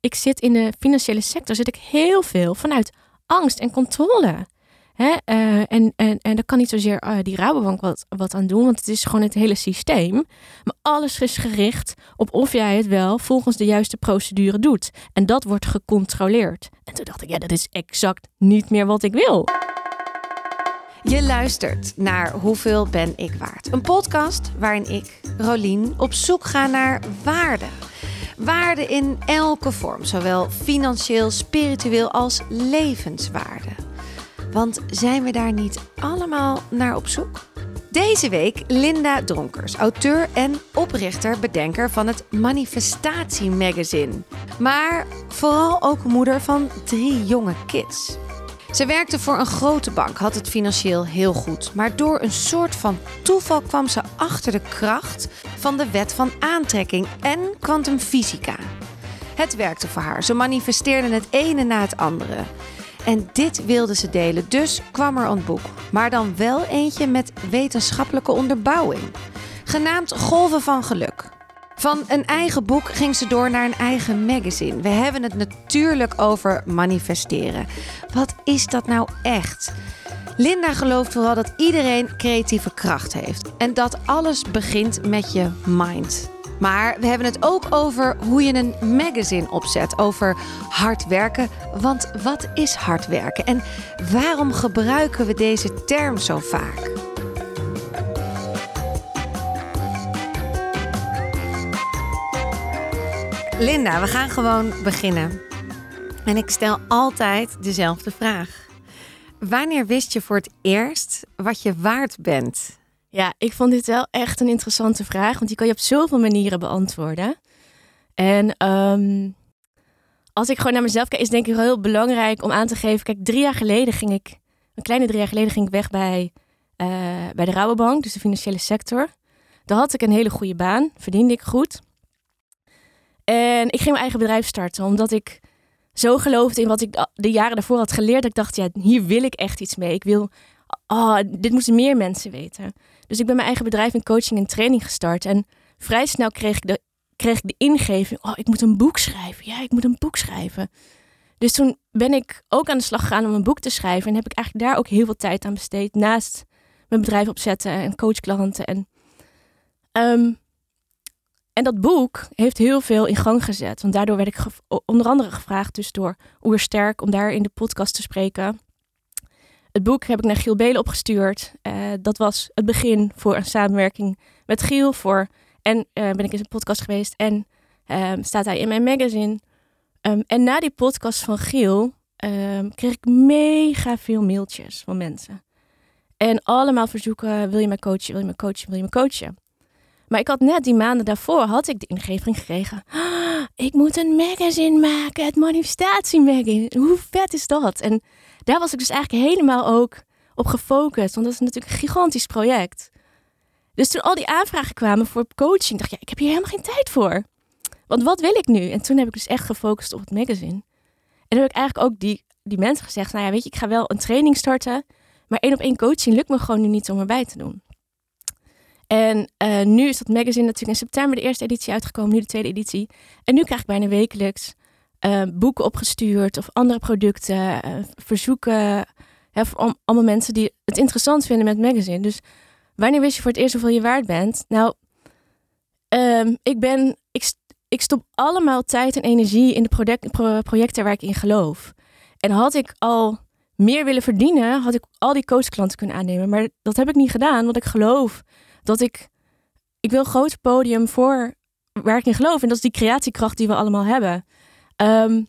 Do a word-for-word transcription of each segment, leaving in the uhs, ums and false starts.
ik zit in de financiële sector, zit ik heel veel vanuit angst en controle. Hè? Uh, en, en, en daar kan niet zozeer uh, die Rabobank wat, wat aan doen, want het is gewoon het hele systeem. Maar alles is gericht op of jij het wel volgens de juiste procedure doet. En dat wordt gecontroleerd. En toen dacht ik, ja, dat is exact niet meer wat ik wil. Je luistert naar Hoeveel ben ik waard? Een podcast waarin ik, Rolien, op zoek ga naar waarde. Waarde in elke vorm, zowel financieel, spiritueel als levenswaarde. Want zijn we daar niet allemaal naar op zoek? Deze week Linda Dronkers, auteur en oprichter, bedenker van het Manifestatie Magazine. Maar vooral ook moeder van drie jonge kids. Ze werkte voor een grote bank, had het financieel heel goed. Maar door een soort van toeval kwam ze achter de kracht van de wet van aantrekking en kwantumfysica. Het werkte voor haar. Ze manifesteerde het ene na het andere. En dit wilde ze delen, dus kwam er een boek. Maar dan wel eentje met wetenschappelijke onderbouwing. Genaamd Golven van Geluk. Van een eigen boek ging ze door naar een eigen magazine. We hebben het natuurlijk over manifesteren. Wat is dat nou echt? Linda gelooft vooral dat iedereen creatieve kracht heeft. En dat alles begint met je mind. Maar we hebben het ook over hoe je een magazine opzet. Over hard werken. Want wat is hard werken? En waarom gebruiken we deze term zo vaak? Linda, we gaan gewoon beginnen. En ik stel altijd dezelfde vraag. Wanneer wist je voor het eerst wat je waard bent? Ja, ik vond dit wel echt een interessante vraag, want die kan je op zoveel manieren beantwoorden. En um, als ik gewoon naar mezelf kijk, is denk ik wel heel belangrijk om aan te geven. Kijk, drie jaar geleden ging ik, een kleine drie jaar geleden ging ik weg bij, uh, bij de Rabobank, dus de financiële sector. Daar had ik een hele goede baan, verdiende ik goed. En ik ging mijn eigen bedrijf starten, omdat ik zo geloofde in wat ik de jaren daarvoor had geleerd. Dat ik dacht, ja, hier wil ik echt iets mee. Ik wil, oh, dit moeten meer mensen weten. Dus ik ben mijn eigen bedrijf in coaching en training gestart. En vrij snel kreeg ik de, kreeg ik de ingeving, oh, ik moet een boek schrijven. Ja, ik moet een boek schrijven. Dus toen ben ik ook aan de slag gegaan om een boek te schrijven. En heb ik eigenlijk daar ook heel veel tijd aan besteed. Naast mijn bedrijf opzetten en coachklanten. En, um, en dat boek heeft heel veel in gang gezet. Want daardoor werd ik gev- onder andere gevraagd dus door Oersterk om daar in de podcast te spreken. Het boek heb ik naar Giel Belen opgestuurd. Uh, dat was het begin voor een samenwerking met Giel. Voor, en uh, ben ik in zijn podcast geweest. En uh, staat hij in mijn magazine. Um, en na die podcast van Giel um, kreeg ik mega veel mailtjes van mensen. En allemaal verzoeken, wil je mij coachen, wil je mij coachen, wil je mij coachen. Maar ik had net die maanden daarvoor, had ik de ingeving gekregen. Ah, ik moet een magazine maken, het Manifestatie Magazine. Hoe vet is dat? En daar was ik dus eigenlijk helemaal ook op gefocust. Want dat is natuurlijk een gigantisch project. Dus toen al die aanvragen kwamen voor coaching, dacht ik, ja, ik heb hier helemaal geen tijd voor. Want wat wil ik nu? En toen heb ik dus echt gefocust op het magazine. En toen heb ik eigenlijk ook die, die mensen gezegd, nou ja, weet je, ik ga wel een training starten. Maar één op één coaching lukt me gewoon nu niet om erbij te doen. En uh, nu is dat magazine natuurlijk in september de eerste editie uitgekomen, nu de tweede editie. En nu krijg ik bijna wekelijks uh, boeken opgestuurd of andere producten, uh, verzoeken. Hè, voor allemaal mensen die het interessant vinden met het magazine. Dus wanneer wist je voor het eerst hoeveel je waard bent? Nou, um, ik, ben, ik, ik stop allemaal tijd en energie in de product, pro, projecten waar ik in geloof. En had ik al meer willen verdienen, had ik al die coachklanten kunnen aannemen. Maar dat heb ik niet gedaan, want ik geloof dat ik... Ik wil een groot podium voor waar ik in geloof. En dat is die creatiekracht die we allemaal hebben. Um,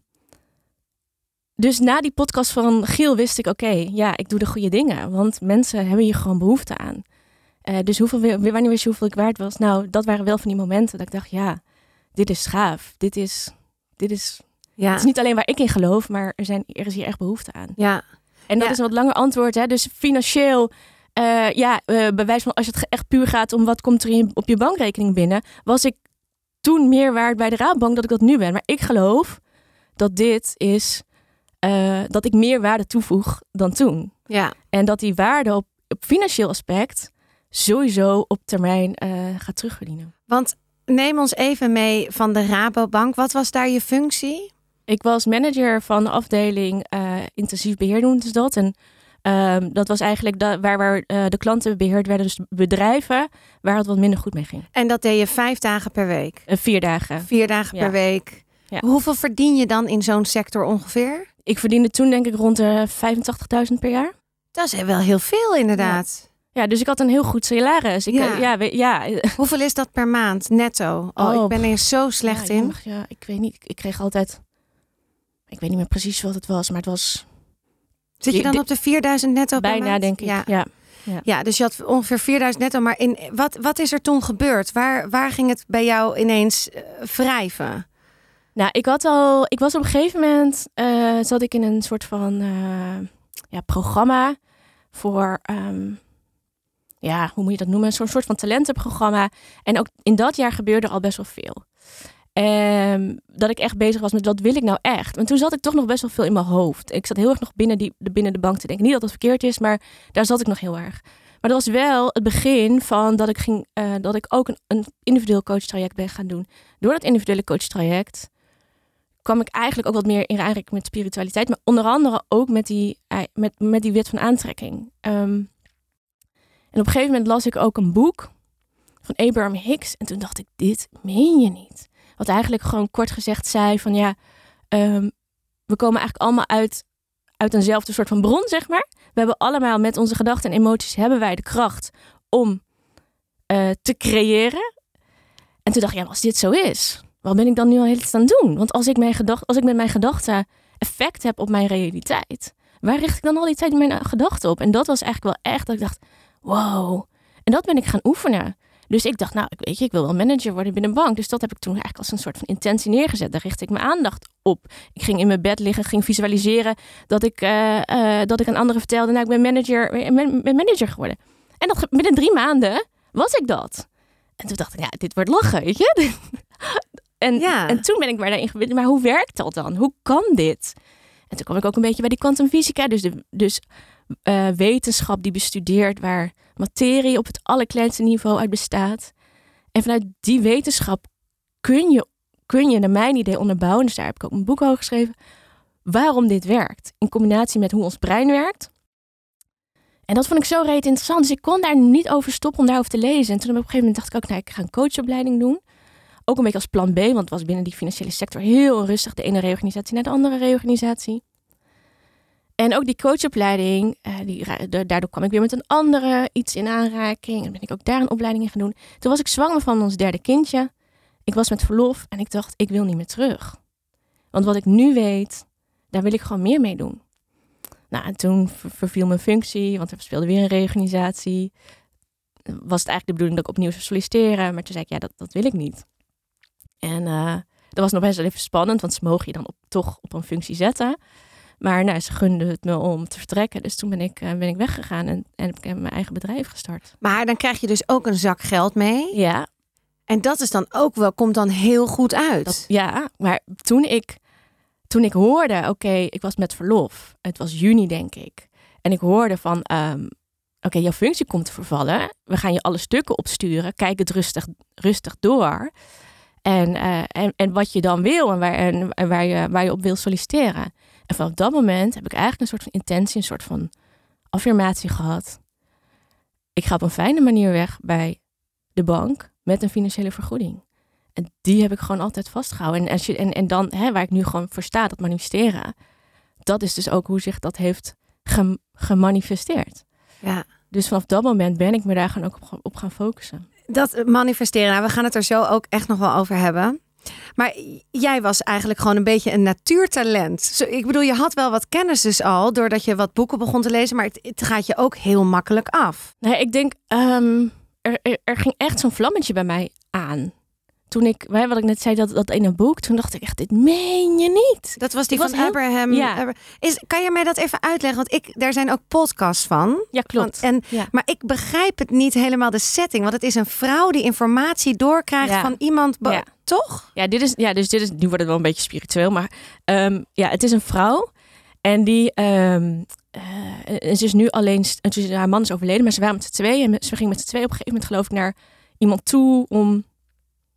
dus na die podcast van Giel wist ik, oké, okay, ja, ik doe de goede dingen. Want mensen hebben hier gewoon behoefte aan. Uh, dus hoeveel, wanneer wist je hoeveel ik waard was? Nou, dat waren wel van die momenten dat ik dacht, ja, dit is gaaf. Dit is, dit is, ja. Het is niet alleen waar ik in geloof, maar er, zijn, er is hier echt behoefte aan. Ja. En dat ja. is een wat langer antwoord. Hè? Dus financieel, uh, ja, uh, bij wijze van als het echt puur gaat om wat komt er in, op je bankrekening binnen, was ik toen meer waard bij de Rabobank dat ik dat nu ben. Maar ik geloof dat dit is, uh, dat ik meer waarde toevoeg dan toen. Ja. En dat die waarde op, op financieel aspect sowieso op termijn uh, gaat terugverdienen. Want neem ons even mee van de Rabobank. Wat was daar je functie? Ik was manager van de afdeling uh, intensief beheer noemden ze dat. En uh, dat was eigenlijk da- waar, waar uh, de klanten beheerd werden. Dus bedrijven waar het wat minder goed mee ging. En dat deed je vijf dagen per week? Uh, vier dagen. Vier dagen ja. per week. Ja. Hoeveel verdien je dan in zo'n sector ongeveer? Ik verdiende toen denk ik rond de vijfentachtigduizend per jaar. Dat is wel heel veel inderdaad. Ja. Ja, dus ik had een heel goed salaris. Ik, ja. Uh, ja, we, ja. Hoeveel is dat per maand netto? Oh, oh ik ben er zo slecht ja, in. Jammer, ja, ik weet niet. Ik kreeg altijd... Ik weet niet meer precies wat het was, maar het was... Zit je dan die, op de vierduizend netto per bijna, maand? denk ik, ja. Ja. Ja. ja, dus je had ongeveer vierduizend netto. Maar in, wat, wat is er toen gebeurd? Waar, waar ging het bij jou ineens uh, wrijven? Nou, ik had al... Ik was op een gegeven moment... Uh, zat ik in een soort van uh, ja, programma voor... Um, ja, hoe moet je dat noemen? Zo'n soort van talentenprogramma. En ook in dat jaar gebeurde er al best wel veel. Um, dat ik echt bezig was met wat wil ik nou echt? Want toen zat ik toch nog best wel veel in mijn hoofd. Ik zat heel erg nog binnen, die, binnen de bank te denken. Niet dat dat verkeerd is, maar daar zat ik nog heel erg. Maar dat was wel het begin van dat ik, ging, uh, dat ik ook een, een individueel coachtraject ben gaan doen. Door dat individuele coachtraject kwam ik eigenlijk ook wat meer in aanraking met spiritualiteit. Maar onder andere ook met die, met, met die wet van aantrekking. Um, en op een gegeven moment las ik ook een boek van Abraham Hicks. En toen dacht ik, dit meen je niet. Wat eigenlijk gewoon kort gezegd zei van ja, um, we komen eigenlijk allemaal uit, uit eenzelfde soort van bron, zeg maar. We hebben allemaal met onze gedachten en emoties hebben wij de kracht om uh, te creëren. En toen dacht ik, ja, maar als dit zo is, wat ben ik dan nu al heel aan het doen? Want als ik, mijn gedacht, als ik met mijn gedachten effect heb op mijn realiteit, waar richt ik dan al die tijd mijn gedachten op? En dat was eigenlijk wel echt dat ik dacht, wow. En dat ben ik gaan oefenen. Dus ik dacht, nou, ik weet je, ik wil wel manager worden binnen een bank. Dus dat heb ik toen eigenlijk als een soort van intentie neergezet. Daar richtte ik mijn aandacht op. Ik ging in mijn bed liggen, ging visualiseren dat ik, uh, uh, dat ik aan anderen vertelde, nou, ik ben manager, ben, ben manager geworden. En dat binnen drie maanden was ik dat. En toen dacht ik, ja, dit wordt lachen, weet je. en, ja. en toen ben ik maar daarin gebind. Maar hoe werkt dat dan? Hoe kan dit? En toen kwam ik ook een beetje bij die kwantumfysica. Dus, de, dus uh, wetenschap die bestudeert waar materie op het allerkleinste niveau uit bestaat. En vanuit die wetenschap kun je, kun je naar mijn idee onderbouwen. Dus daar heb ik ook een boek over geschreven. Waarom dit werkt. In combinatie met hoe ons brein werkt. En dat vond ik zo reet interessant. Dus ik kon daar niet over stoppen om daarover te lezen. En toen op een gegeven moment dacht ik ook, nou, ik ga een coachopleiding doen. Ook een beetje als plan B, want het was binnen die financiële sector heel onrustig. De ene reorganisatie naar de andere reorganisatie. En ook die coachopleiding, uh, die, daardoor kwam ik weer met een andere iets in aanraking. En ben ik ook daar een opleiding in gaan doen. Toen was ik zwanger van ons derde kindje. Ik was met verlof en ik dacht, ik wil niet meer terug. Want wat ik nu weet, daar wil ik gewoon meer mee doen. Nou, en toen verviel mijn functie, want er speelde weer een reorganisatie. Was het eigenlijk de bedoeling dat ik opnieuw zou solliciteren. Maar toen zei ik, ja, dat, dat wil ik niet. En uh, dat was nog best wel even spannend, want ze mogen je dan op, toch op een functie zetten. Maar nou, ze gunden het me om te vertrekken. Dus toen ben ik, uh, ben ik weggegaan en, en heb ik mijn eigen bedrijf gestart. Maar dan krijg je dus ook een zak geld mee. Ja. En dat is dan ook wel, komt dan heel goed uit. Dat, ja, maar toen ik, toen ik hoorde, oké, okay, ik was met verlof. Het was juni, denk ik. En ik hoorde van, um, oké, okay, jouw functie komt te vervallen. We gaan je alle stukken opsturen. Kijk het rustig, rustig door. En, uh, en, en wat je dan wil en waar, en, en waar, je, waar je op wil solliciteren. En vanaf dat moment heb ik eigenlijk een soort van intentie, een soort van affirmatie gehad. Ik ga op een fijne manier weg bij de bank met een financiële vergoeding. En die heb ik gewoon altijd vastgehouden. En, als je, en, en dan, hè, waar ik nu gewoon voor sta, dat manifesteren. Dat is dus ook hoe zich dat heeft gem, gemanifesteerd. Ja. Dus vanaf dat moment ben ik me daar gewoon ook op, op gaan focussen. Dat manifesteren, nou, we gaan het er zo ook echt nog wel over hebben. Maar jij was eigenlijk gewoon een beetje een natuurtalent. Zo, ik bedoel, je had wel wat kennis dus al, doordat je wat boeken begon te lezen, maar het, het gaat je ook heel makkelijk af. Nee, ik denk, um, er, er, er ging echt zo'n vlammetje bij mij aan. Toen ik, wat ik net zei, dat, dat ene boek, toen dacht ik echt, dit meen je niet. Dat was die ik van was Abraham. Heel, ja. Is, kan je mij dat even uitleggen? Want ik, daar zijn ook podcasts van. Ja, klopt. Want, en, ja. Maar ik begrijp het niet helemaal, de setting. Want het is een vrouw die informatie doorkrijgt ja. van iemand. Be- ja. Toch? Ja, dit is, ja, dus dit is, nu wordt het wel een beetje spiritueel. Maar um, ja, het is een vrouw. En die, um, uh, ze is nu alleen, dus haar man is overleden, maar ze waren met z'n tweeën. En ze ging met z'n tweeën op een gegeven moment, geloof ik, naar iemand toe om...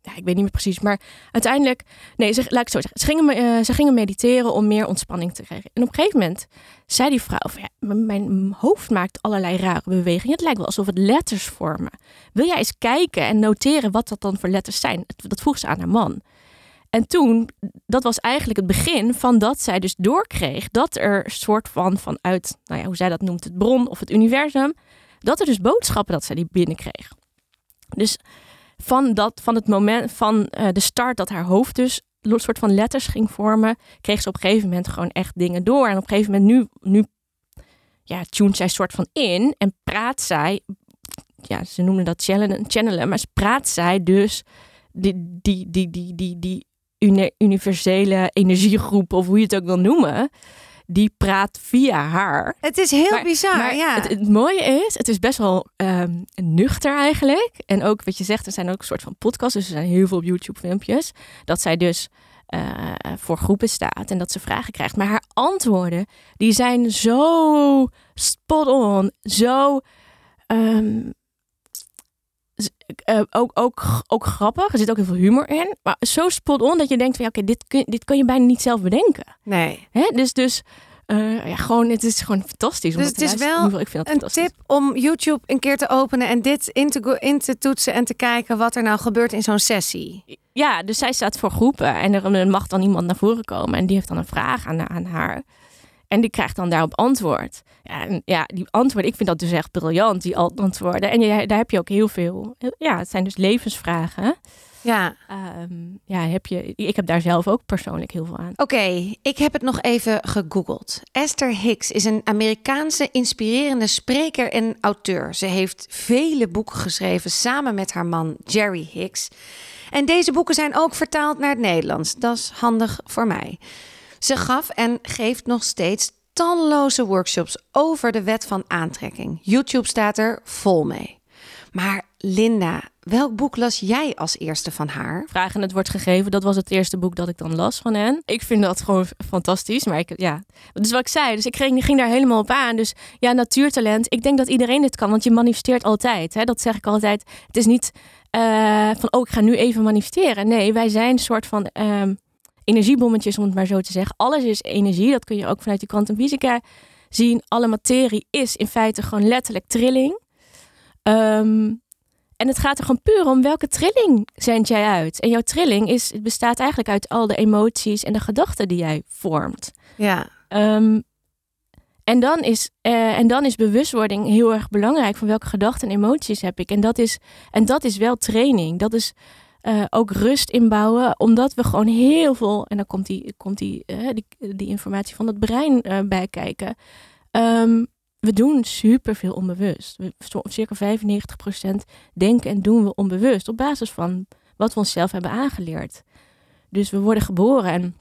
Ja, ik weet niet meer precies, maar uiteindelijk... Nee, ze, laat ik het zo zeggen. Ze gingen, uh, ze gingen mediteren om meer ontspanning te krijgen. En op een gegeven moment zei die vrouw... Van, ja, mijn hoofd maakt allerlei rare bewegingen. Het lijkt wel alsof het letters vormen. Wil jij eens kijken en noteren wat dat dan voor letters zijn? Dat vroeg ze aan haar man. En toen, dat was eigenlijk het begin van dat zij dus doorkreeg... dat er een soort van vanuit, nou ja, hoe zij dat noemt, het bron of het universum... dat er dus boodschappen dat zij die binnenkreeg. Dus... Van, dat, van het moment van uh, de start dat haar hoofd dus een soort van letters ging vormen, kreeg ze op een gegeven moment gewoon echt dingen door. En op een gegeven moment nu, nu ja, tunt zij soort van in en praat zij, ja, ze noemen dat channelen, channelen maar praat zij dus die, die, die, die, die, die uni- universele energiegroep, of hoe je het ook wil noemen, die praat via haar. Het is heel maar, bizar, maar ja. Het, het mooie is, het is best wel um, nuchter eigenlijk. En ook wat je zegt, er zijn ook een soort van podcasts. Dus er zijn heel veel op YouTube filmpjes. Dat zij dus uh, voor groepen staat en dat ze vragen krijgt. Maar haar antwoorden, die zijn zo spot on. Zo... Um, Uh, ook, ook, ook grappig. Er zit ook heel veel humor in. Maar zo spot on dat je denkt van... ja, oké, dit, kun, dit kan je bijna niet zelf bedenken. Nee. Hè? Dus, dus uh, ja, gewoon, het is gewoon fantastisch. Dus het is wel ik vind dat een tip om YouTube een keer te openen... en dit in te, go- in te toetsen en te kijken... wat er nou gebeurt in zo'n sessie. Ja, dus zij staat voor groepen. En er mag dan iemand naar voren komen. En die heeft dan een vraag aan, aan haar... En die krijgt dan daarop antwoord. Ja, en ja, die antwoorden, ik vind dat dus echt briljant, die antwoorden. En je, daar heb je ook heel veel. Ja, het zijn dus levensvragen. Ja. Um, ja, heb je, ik heb daar zelf ook persoonlijk heel veel aan. Oké, okay, ik heb het nog even gegoogeld. Esther Hicks is een Amerikaanse inspirerende spreker en auteur. Ze heeft vele boeken geschreven samen met haar man Jerry Hicks. En deze boeken zijn ook vertaald naar het Nederlands. Dat is handig voor mij. Ze gaf en geeft nog steeds talloze workshops over de wet van aantrekking. YouTube staat er vol mee. Maar Linda, welk boek las jij als eerste van haar? Vraag en het wordt gegeven, dat was het eerste boek dat ik dan las van hen. Ik vind dat gewoon fantastisch, maar ik, ja, dat is wat ik zei. Dus ik ging, ging daar helemaal op aan. Dus ja, natuurtalent, ik denk dat iedereen dit kan, want je manifesteert altijd. Hè? Dat zeg ik altijd. Het is niet uh, van, oh, ik ga nu even manifesteren. Nee, wij zijn een soort van... Um, energiebommetjes, om het maar zo te zeggen. Alles is energie. Dat kun je ook vanuit die kwantumfysica zien. Alle materie is in feite gewoon letterlijk trilling. Um, en het gaat er gewoon puur om welke trilling zend jij uit. En jouw trilling is, het bestaat eigenlijk uit al de emoties en de gedachten die jij vormt. Ja. Um, en, dan is, uh, en dan is bewustwording heel erg belangrijk van welke gedachten en emoties heb ik. En dat is, en dat is wel training. Dat is Uh, ook rust inbouwen, omdat we gewoon heel veel... en dan komt die, komt die, uh, die, die informatie van het brein uh, bij kijken. Um, we doen superveel onbewust. We, circa vijfennegentig procent denken en doen we onbewust... op basis van wat we onszelf hebben aangeleerd. Dus we worden geboren en...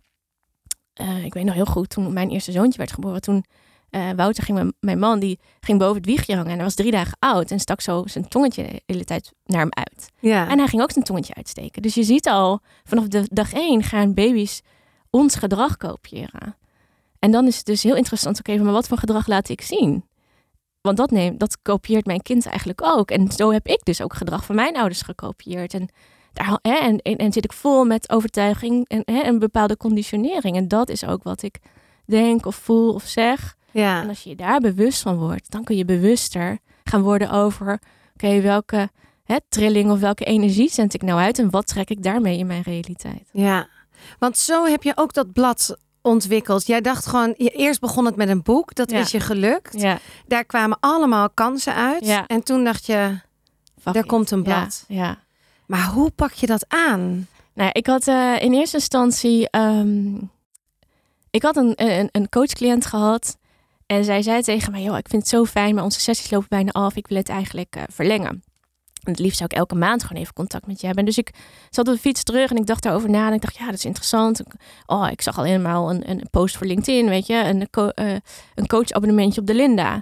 Uh, ik weet nog heel goed, toen mijn eerste zoontje werd geboren... toen uh, Wouter ging, mijn, mijn man, die ging boven het wiegje hangen... en hij was drie dagen oud en stak zo zijn tongetje de hele tijd naar hem uit. Ja. En hij ging ook zijn tongetje uitsteken. Dus je ziet al, vanaf de dag één gaan baby's ons gedrag kopiëren. En dan is het dus heel interessant, oké, okay, maar wat voor gedrag laat ik zien? Want dat, neemt, dat kopieert mijn kind eigenlijk ook. En zo heb ik dus ook gedrag van mijn ouders gekopieerd. En, daar, hè, en, en, en zit ik vol met overtuiging en hè, een bepaalde conditionering. En dat is ook wat ik denk of voel of zeg. Ja. En als je je daar bewust van wordt, dan kun je bewuster gaan worden over... oké, okay, welke hè, trilling of welke energie zend ik nou uit... en wat trek ik daarmee in mijn realiteit? Ja, want zo heb je ook dat blad ontwikkeld. Jij dacht gewoon, eerst begon het met een boek, dat ja. is je gelukt. Ja. Daar kwamen allemaal kansen uit. Ja. En toen dacht je, Fuck er it. komt een blad. Ja. Ja. Maar hoe pak je dat aan? Nou ja, ik had uh, in eerste instantie... Um, ik had een, een, een coachcliënt gehad... En zij zei tegen mij, joh, ik vind het zo fijn, maar onze sessies lopen bijna af. Ik wil het eigenlijk uh, verlengen. En het liefst zou ik elke maand gewoon even contact met je hebben. Dus ik zat op de fiets terug en ik dacht daarover na. En ik dacht, ja, dat is interessant. Oh, ik zag al helemaal een, een post voor LinkedIn, weet je. Een, co- uh, een coach-abonnementje op de Linda.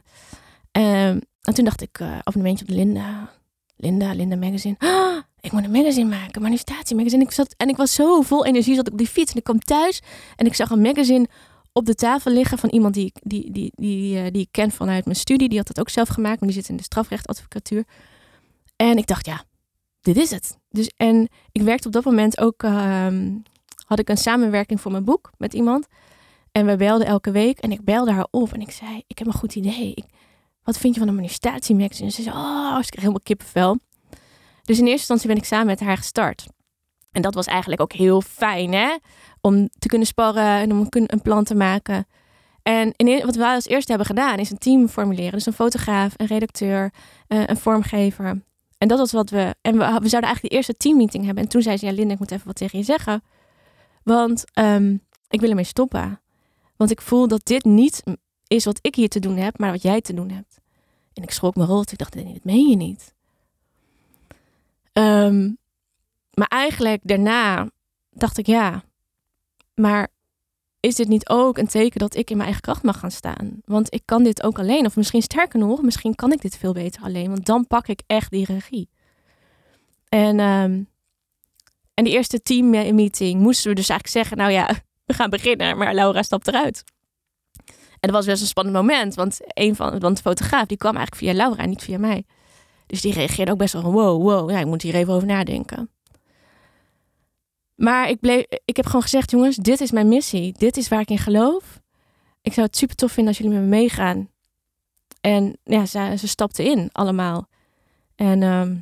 Um, en toen dacht ik, uh, abonnementje op de Linda. Linda, Linda Magazine. Oh, ik moet een magazine maken, een manifestatiemagazine. Ik zat, en ik was zo vol energie, zat ik op die fiets. En ik kwam thuis en ik zag een magazine... op de tafel liggen van iemand die, die, die, die, uh, die ik ken vanuit mijn studie. Die had dat ook zelf gemaakt, maar die zit in de strafrechtadvocatuur. En ik dacht, ja, dit is het. Dus, en ik werkte op dat moment ook, um, had ik een samenwerking voor mijn boek met iemand. En we belden elke week en ik belde haar op en ik zei, ik heb een goed idee. Ik, wat vind je van een manifestatiemagazine? En ze zei, oh, ze kreeg helemaal kippenvel. Dus in eerste instantie ben ik samen met haar gestart. En dat was eigenlijk ook heel fijn, hè? Om te kunnen sparren en om een plan te maken. En in, wat wij als eerste hebben gedaan is een team formuleren. Dus een fotograaf, een redacteur, uh, een vormgever. En dat was wat we... En we, we zouden eigenlijk de eerste teammeeting hebben. En toen zei ze, ja Linda, ik moet even wat tegen je zeggen. Want um, ik wil ermee stoppen. Want ik voel dat dit niet is wat ik hier te doen heb, maar wat jij te doen hebt. En ik schrok me rot. Ik dacht, nee, dat meen je niet. Um, maar eigenlijk daarna dacht ik, ja, maar is dit niet ook een teken dat ik in mijn eigen kracht mag gaan staan? Want ik kan dit ook alleen. Of misschien sterker nog, misschien kan ik dit veel beter alleen. Want dan pak ik echt die regie. En, um, en die eerste teammeeting moesten we dus eigenlijk zeggen, nou ja, we gaan beginnen. Maar Laura stapt eruit. En dat was best een spannend moment. Want, een van, want de fotograaf die kwam eigenlijk via Laura en niet via mij. Dus die reageerde ook best wel van wow, wow. Ja, ik moet hier even over nadenken. Maar ik, bleef, ik heb gewoon gezegd, jongens, dit is mijn missie. Dit is waar ik in geloof. Ik zou het super tof vinden als jullie met me meegaan. En ja, ze, ze stapten in allemaal. En, um,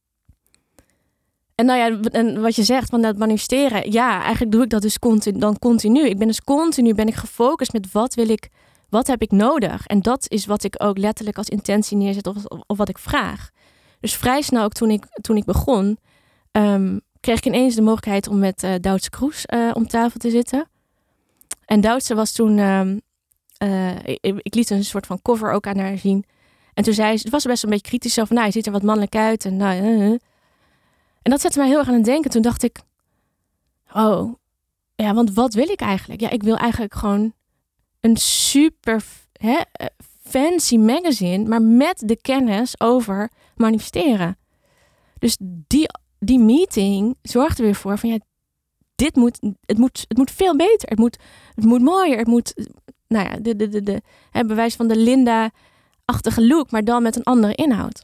en nou ja, en wat je zegt van dat manifesteren. Ja, eigenlijk doe ik dat dus continu, dan continu. Ik ben dus continu ben ik gefocust met wat wil ik, wat heb ik nodig. En dat is wat ik ook letterlijk als intentie neerzet of, of, of wat ik vraag. Dus vrij snel ook toen ik, toen ik begon... Um, kreeg ik ineens de mogelijkheid om met uh, Doutse Kroes uh, om tafel te zitten. En Doutse was toen... Uh, uh, ik, ik liet een soort van cover ook aan haar zien. En toen zei ze... Het was best een beetje kritisch. Zo van, nou, je ziet er wat mannelijk uit. En, nou, uh, uh. en dat zette mij heel erg aan het denken. Toen dacht ik... Oh, ja, want wat wil ik eigenlijk? Ja, ik wil eigenlijk gewoon een super hè, fancy magazine... maar met de kennis over manifesteren. Dus die... Die meeting zorgde weer voor van ja, dit moet, het moet, het moet veel beter. Het moet, het moet mooier. Het moet, nou ja, de, de, de, de hè, bewijs van de Linda-achtige look, maar dan met een andere inhoud.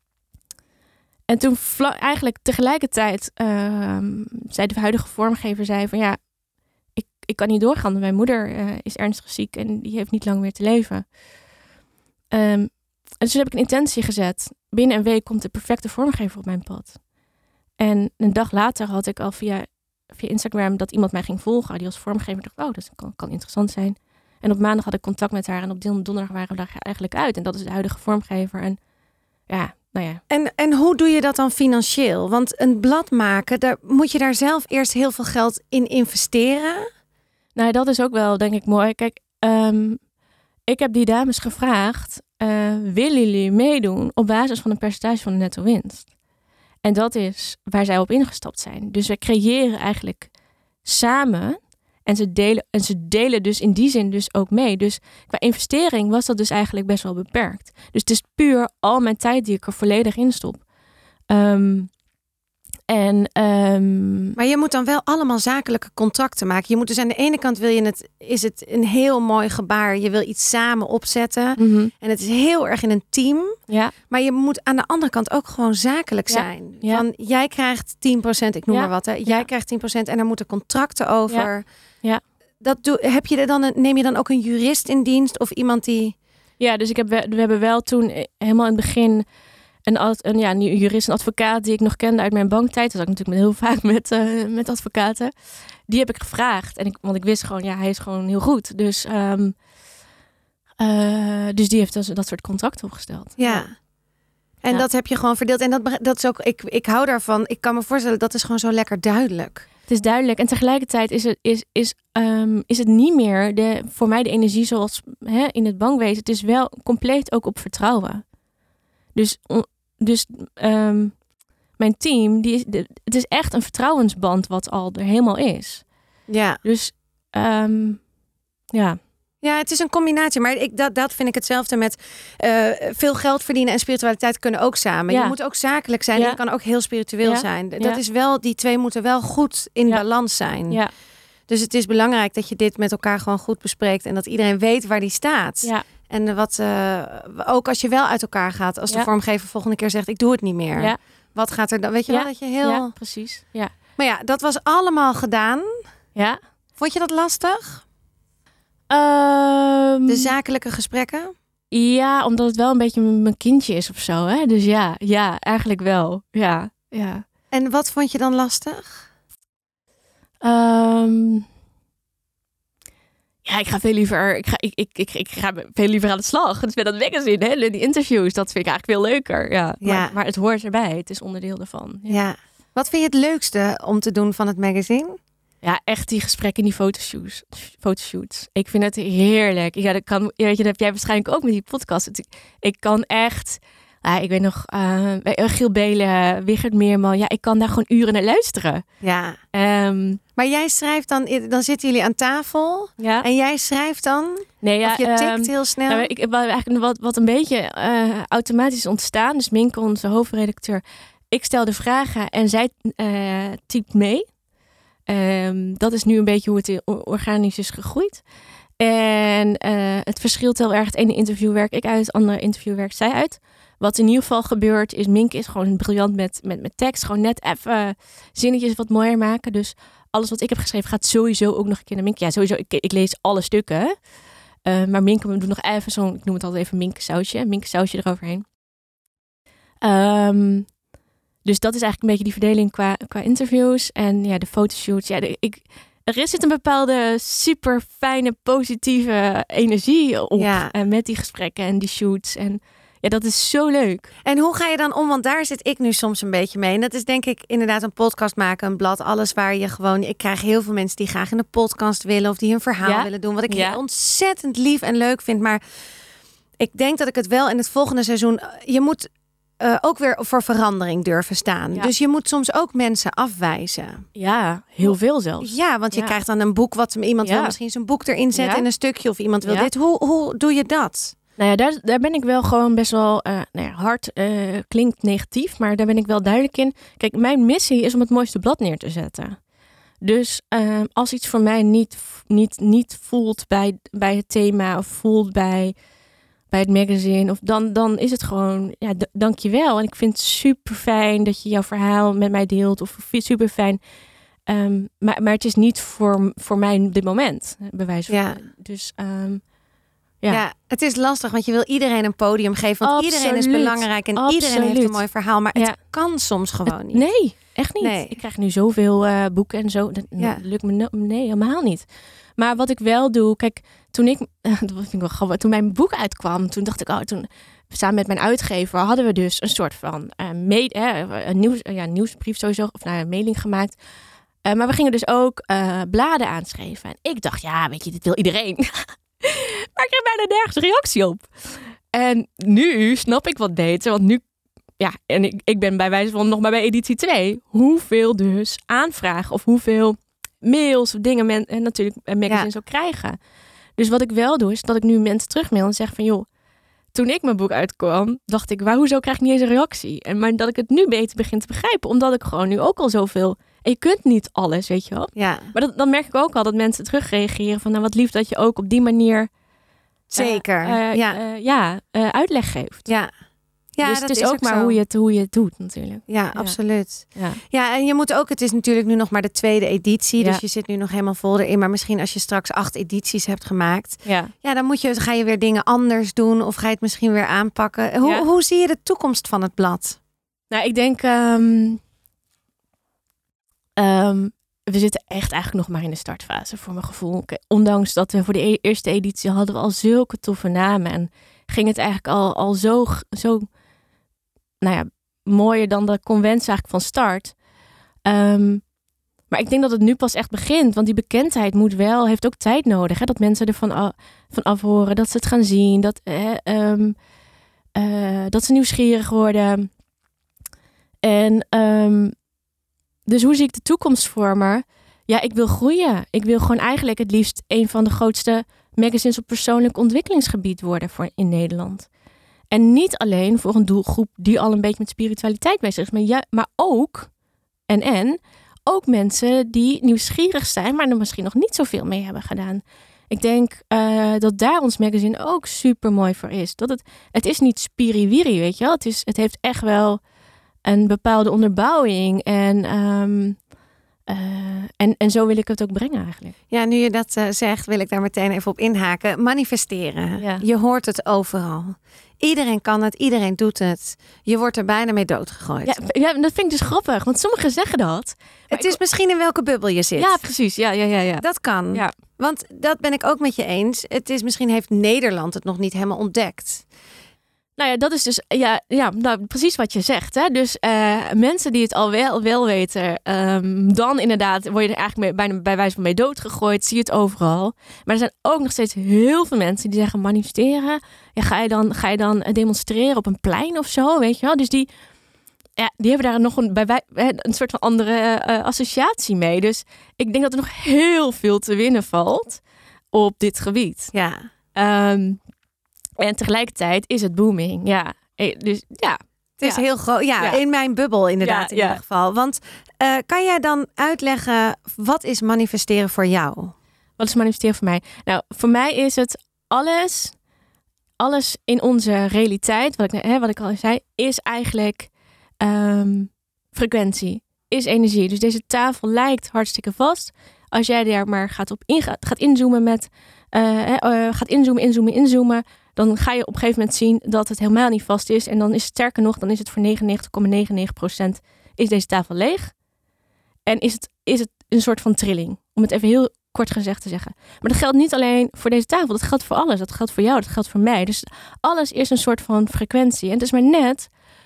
En toen vla, eigenlijk tegelijkertijd uh, zei de huidige vormgever zei van ja, ik, ik kan niet doorgaan. Want mijn moeder uh, is ernstig ziek en die heeft niet lang meer te leven. Um, en dus heb ik een intentie gezet. Binnen een week komt de perfecte vormgever op mijn pad. En een dag later had ik al via, via Instagram dat iemand mij ging volgen. Die als vormgever dacht, oh, dat kan, kan interessant zijn. En op maandag had ik contact met haar. En op donderdag waren we daar eigenlijk uit. En dat is de huidige vormgever. En ja, nou ja. En, en hoe doe je dat dan financieel? Want een blad maken, daar moet je daar zelf eerst heel veel geld in investeren? Nou, dat is ook wel, denk ik, mooi. Kijk, um, ik heb die dames gevraagd. Uh, willen jullie meedoen op basis van een percentage van de netto winst? En dat is waar zij op ingestapt zijn. Dus we creëren eigenlijk samen. En ze delen, en ze delen dus in die zin dus ook mee. Dus qua investering was dat dus eigenlijk best wel beperkt. Dus het is puur al mijn tijd die ik er volledig in stop. Um, en, um... Maar je moet dan wel allemaal zakelijke contracten maken. Je moet dus aan de ene kant wil je het, is het een heel mooi gebaar. Je wil iets samen opzetten. Mm-hmm. En het is heel erg in een team. Ja. Maar je moet aan de andere kant ook gewoon zakelijk ja. zijn. Ja. Van, jij krijgt tien procent, ik noem ja. maar wat. Hè. Jij ja. krijgt tien procent en er moeten contracten over. Ja. Ja. Dat doe, heb je er dan een, neem je dan ook een jurist in dienst of iemand die... Ja, dus ik heb, we hebben wel toen helemaal in het begin... Een, een, ja, een jurist, een advocaat die ik nog kende uit mijn banktijd. Dat zat ik natuurlijk heel vaak met, uh, met advocaten. Die heb ik gevraagd. En ik, want ik wist gewoon, ja, hij is gewoon heel goed. Dus, um, uh, dus die heeft dat, dat soort contracten opgesteld. Ja. ja. En ja. dat heb je gewoon verdeeld. En dat, dat is ook, ik, ik hou daarvan. Ik kan me voorstellen, dat is gewoon zo lekker duidelijk. Het is duidelijk. En tegelijkertijd is het, is, is, um, is het niet meer de, voor mij de energie zoals hè, in het bankwezen. Het is wel compleet ook op vertrouwen. Dus, dus um, mijn team, die is, de, het is echt een vertrouwensband wat al er helemaal is. Ja. Dus um, ja. Ja, het is een combinatie. Maar ik, dat, dat vind ik hetzelfde met uh, veel geld verdienen en spiritualiteit kunnen ook samen. Ja. Je moet ook zakelijk zijn ja. en je kan ook heel spiritueel ja. zijn. Dat ja. is wel, die twee moeten wel goed in ja. balans zijn. Ja. Dus het is belangrijk dat je dit met elkaar gewoon goed bespreekt en dat iedereen weet waar die staat. Ja. En wat uh, ook als je wel uit elkaar gaat, als de ja. vormgever volgende keer zegt, ik doe het niet meer. Ja. wat gaat er dan? Weet je ja. wel, dat je heel... Ja, precies. Ja. Maar ja, dat was allemaal gedaan. Ja. Vond je dat lastig? Um, De zakelijke gesprekken? Ja, omdat het wel een beetje m- mijn kindje is of zo. Hè? Dus ja, ja, eigenlijk wel. Ja, ja. En wat vond je dan lastig? Um, ja, ik ga veel liever, ik ga, ik, ik, ik, ik ga veel liever aan de slag. Dus met dat magazine, hè, die interviews, dat vind ik eigenlijk veel leuker. Ja. Ja. Maar, maar het hoort erbij, het is onderdeel ervan. Ja. Ja. Wat vind je het leukste om te doen van het magazine? Ja, echt die gesprekken in die fotoshoots. fotoshoots. Ik vind het heerlijk. Ja, dat, kan, weet je, dat heb jij waarschijnlijk ook met die podcast. Ik, ik kan echt... Ja, ik weet nog, uh, Giel Belen, Wigert Meerman. Ja, ik kan daar gewoon uren naar luisteren. Ja. Um, maar jij schrijft dan... Dan zitten jullie aan tafel. Ja. En jij schrijft dan... Nee, ja, of je tikt um, heel snel. Nou, ik heb eigenlijk wat, wat een beetje uh, automatisch ontstaan. Dus Minke, onze hoofdredacteur. Ik stel de vragen en zij uh, typt mee. Um, dat is nu een beetje hoe het organisch is gegroeid. En uh, het verschilt heel erg. Het ene interview werk ik uit, het andere interview werkt zij uit. Wat in ieder geval gebeurt is, Minke is gewoon briljant met, met, met tekst. Gewoon net even zinnetjes wat mooier maken. Dus alles wat ik heb geschreven gaat sowieso ook nog een keer naar Minke. Ja, sowieso. Ik, ik lees alle stukken. Uh, maar Minke doet nog even zo'n, ik noem het altijd even Minke sausje. Minke sausje eroverheen. Um, dus dat is eigenlijk een beetje die verdeling qua, qua interviews. En ja, de fotoshoots. Ja, de, ik... Er zit een bepaalde super fijne, positieve energie op. Ja. Uh, met die gesprekken en die shoots. En ja, dat is zo leuk. En hoe ga je dan om? Want daar zit ik nu soms een beetje mee. En dat is denk ik inderdaad een podcast maken, een blad. Alles waar je gewoon... Ik krijg heel veel mensen die graag in de podcast willen. Of die hun verhaal ja. willen doen. Wat ik ja. ontzettend lief en leuk vind. Maar ik denk dat ik het wel in het volgende seizoen... Je moet... Uh, ook weer voor verandering durven staan. Ja. Dus je moet soms ook mensen afwijzen. Ja, heel veel zelfs. Ja, want je ja. krijgt dan een boek... wat iemand ja. wil misschien zijn boek erin zetten ja. in een stukje... of iemand wil ja. dit. Hoe, hoe doe je dat? Nou ja, daar, daar ben ik wel gewoon best wel... Uh, nou ja, hard uh, klinkt negatief, maar daar ben ik wel duidelijk in. Kijk, mijn missie is om het mooiste blad neer te zetten. Dus uh, als iets voor mij niet, niet, niet voelt bij, bij het thema... of voelt bij... bij het magazine, of dan, dan is het gewoon, ja, d- dankjewel. En ik vind het super fijn dat je jouw verhaal met mij deelt, of super fijn. Um, maar, maar het is niet voor, voor mij op dit moment, bij wijze van. Ja. Dus um, ja. ja, het is lastig, want je wil iedereen een podium geven, want Absoluut. iedereen is belangrijk en Absoluut. iedereen heeft een mooi verhaal, maar het ja. kan soms gewoon het, niet. Nee, echt niet. Nee. Ik krijg nu zoveel uh, boeken en zo. Dat ja. lukt me no- nee, helemaal niet. Maar wat ik wel doe, kijk, toen ik, dat vind ik wel grappig, toen mijn boek uitkwam, toen dacht ik, oh, toen samen met mijn uitgever hadden we dus een soort van uh, me- uh, een nieuws, uh, ja, nieuwsbrief sowieso, of nou, een mailing gemaakt. Uh, maar we gingen dus ook uh, bladen aanschrijven. En ik dacht, ja, weet je, dit wil iedereen. Maar ik kreeg bijna nergens reactie op. En nu snap ik wat beter, want nu, ja, en ik, ik ben bij wijze van nog maar bij editie twee. Hoeveel dus aanvragen of hoeveel mails of dingen men, en natuurlijk een magazine ja. zou krijgen. Dus wat ik wel doe, is dat ik nu mensen terugmail en zeg van, joh, toen ik mijn boek uitkwam, dacht ik, waar, hoezo krijg ik niet eens een reactie? En maar dat ik het nu beter begin te begrijpen, omdat ik gewoon nu ook al zoveel... En je kunt niet alles, weet je wel. Ja. Maar dat, dan merk ik ook al dat mensen terugreageren van, nou, wat lief dat je ook op die manier... Zeker, uh, uh, ja. Uh, ja, uh, uitleg geeft. Ja. Ja, dus dat het is, is ook, ook maar zo. hoe je, het, hoe je het doet natuurlijk. Ja, ja. absoluut. Ja. ja, en je moet ook, het is natuurlijk nu nog maar de tweede editie. Ja. Dus je zit nu nog helemaal vol erin. Maar misschien als je straks acht edities hebt gemaakt. Ja, ja dan moet je, ga je weer dingen anders doen. Of ga je het misschien weer aanpakken. Hoe, ja. hoe zie je de toekomst van het blad? Nou, ik denk... Um, um, we zitten echt eigenlijk nog maar in de startfase voor mijn gevoel. Ondanks dat we voor de e- eerste editie hadden we al zulke toffe namen. En ging het eigenlijk al, al zo... zo nou ja, mooier dan de conventie eigenlijk van start. Um, maar ik denk dat het nu pas echt begint. Want die bekendheid moet wel, heeft ook tijd nodig. Hè? Dat mensen ervan a, van afhoren, dat ze het gaan zien. Dat, eh, um, uh, dat ze nieuwsgierig worden. En um, dus hoe zie ik de toekomst voor me? Ja, ik wil groeien. Ik wil gewoon eigenlijk het liefst een van de grootste magazines op persoonlijk ontwikkelingsgebied worden voor in Nederland. En niet alleen voor een doelgroep die al een beetje met spiritualiteit bezig is. Maar, ja, maar ook, en en, ook mensen die nieuwsgierig zijn, maar er misschien nog niet zoveel mee hebben gedaan. Ik denk uh, dat daar ons magazine ook super mooi voor is. Dat het, het is niet spiriwiri, weet je wel. Het, is, het heeft echt wel een bepaalde onderbouwing. En, um, uh, en, en zo wil ik het ook brengen eigenlijk. Ja, nu je dat uh, zegt, wil ik daar meteen even op inhaken. Manifesteren. Ja. Je hoort het overal. Iedereen kan het, iedereen doet het. Je wordt er bijna mee doodgegooid. Ja, ja, dat vind ik dus grappig, want sommigen zeggen dat. Het is ik... misschien in welke bubbel je zit. Ja, precies. Ja, ja, ja, ja. Dat kan. Ja. Want dat ben ik ook met je eens. Het is misschien heeft Nederland het nog niet helemaal ontdekt. Nou ja, dat is dus ja, ja, nou, precies wat je zegt. Hè? Dus uh, mensen die het al wel, wel weten, um, dan inderdaad word je er eigenlijk mee, bijna bij wijze van mee doodgegooid. Zie je het overal. Maar er zijn ook nog steeds heel veel mensen die zeggen manifesteren. Ja, ga je dan, ga je dan demonstreren op een plein of zo, weet je wel? Dus die, ja, die hebben daar nog een, bij wij, een soort van andere uh, associatie mee. Dus ik denk dat er nog heel veel te winnen valt op dit gebied. Ja. Um, En tegelijkertijd is het booming. Ja, dus ja. Het is ja. heel groot. Ja, ja, in mijn bubbel inderdaad ja, in ja. ieder geval. Want uh, kan jij dan uitleggen, wat is manifesteren voor jou? Wat is manifesteren voor mij? Nou, voor mij is het alles, alles in onze realiteit, wat ik, hè, wat ik al zei, is eigenlijk um, frequentie, is energie. Dus deze tafel lijkt hartstikke vast. Als jij daar maar gaat op in, gaat inzoomen met, uh, uh, gaat inzoomen, inzoomen, inzoomen, dan ga je op een gegeven moment zien dat het helemaal niet vast is. En dan is het sterker nog, dan is het voor negenennegentig komma negenennegentig procent is deze tafel leeg. En is het, is het een soort van trilling. Om het even heel kort gezegd te zeggen. Maar dat geldt niet alleen voor deze tafel. Dat geldt voor alles. Dat geldt voor jou. Dat geldt voor mij. Dus alles is een soort van frequentie. En het is maar net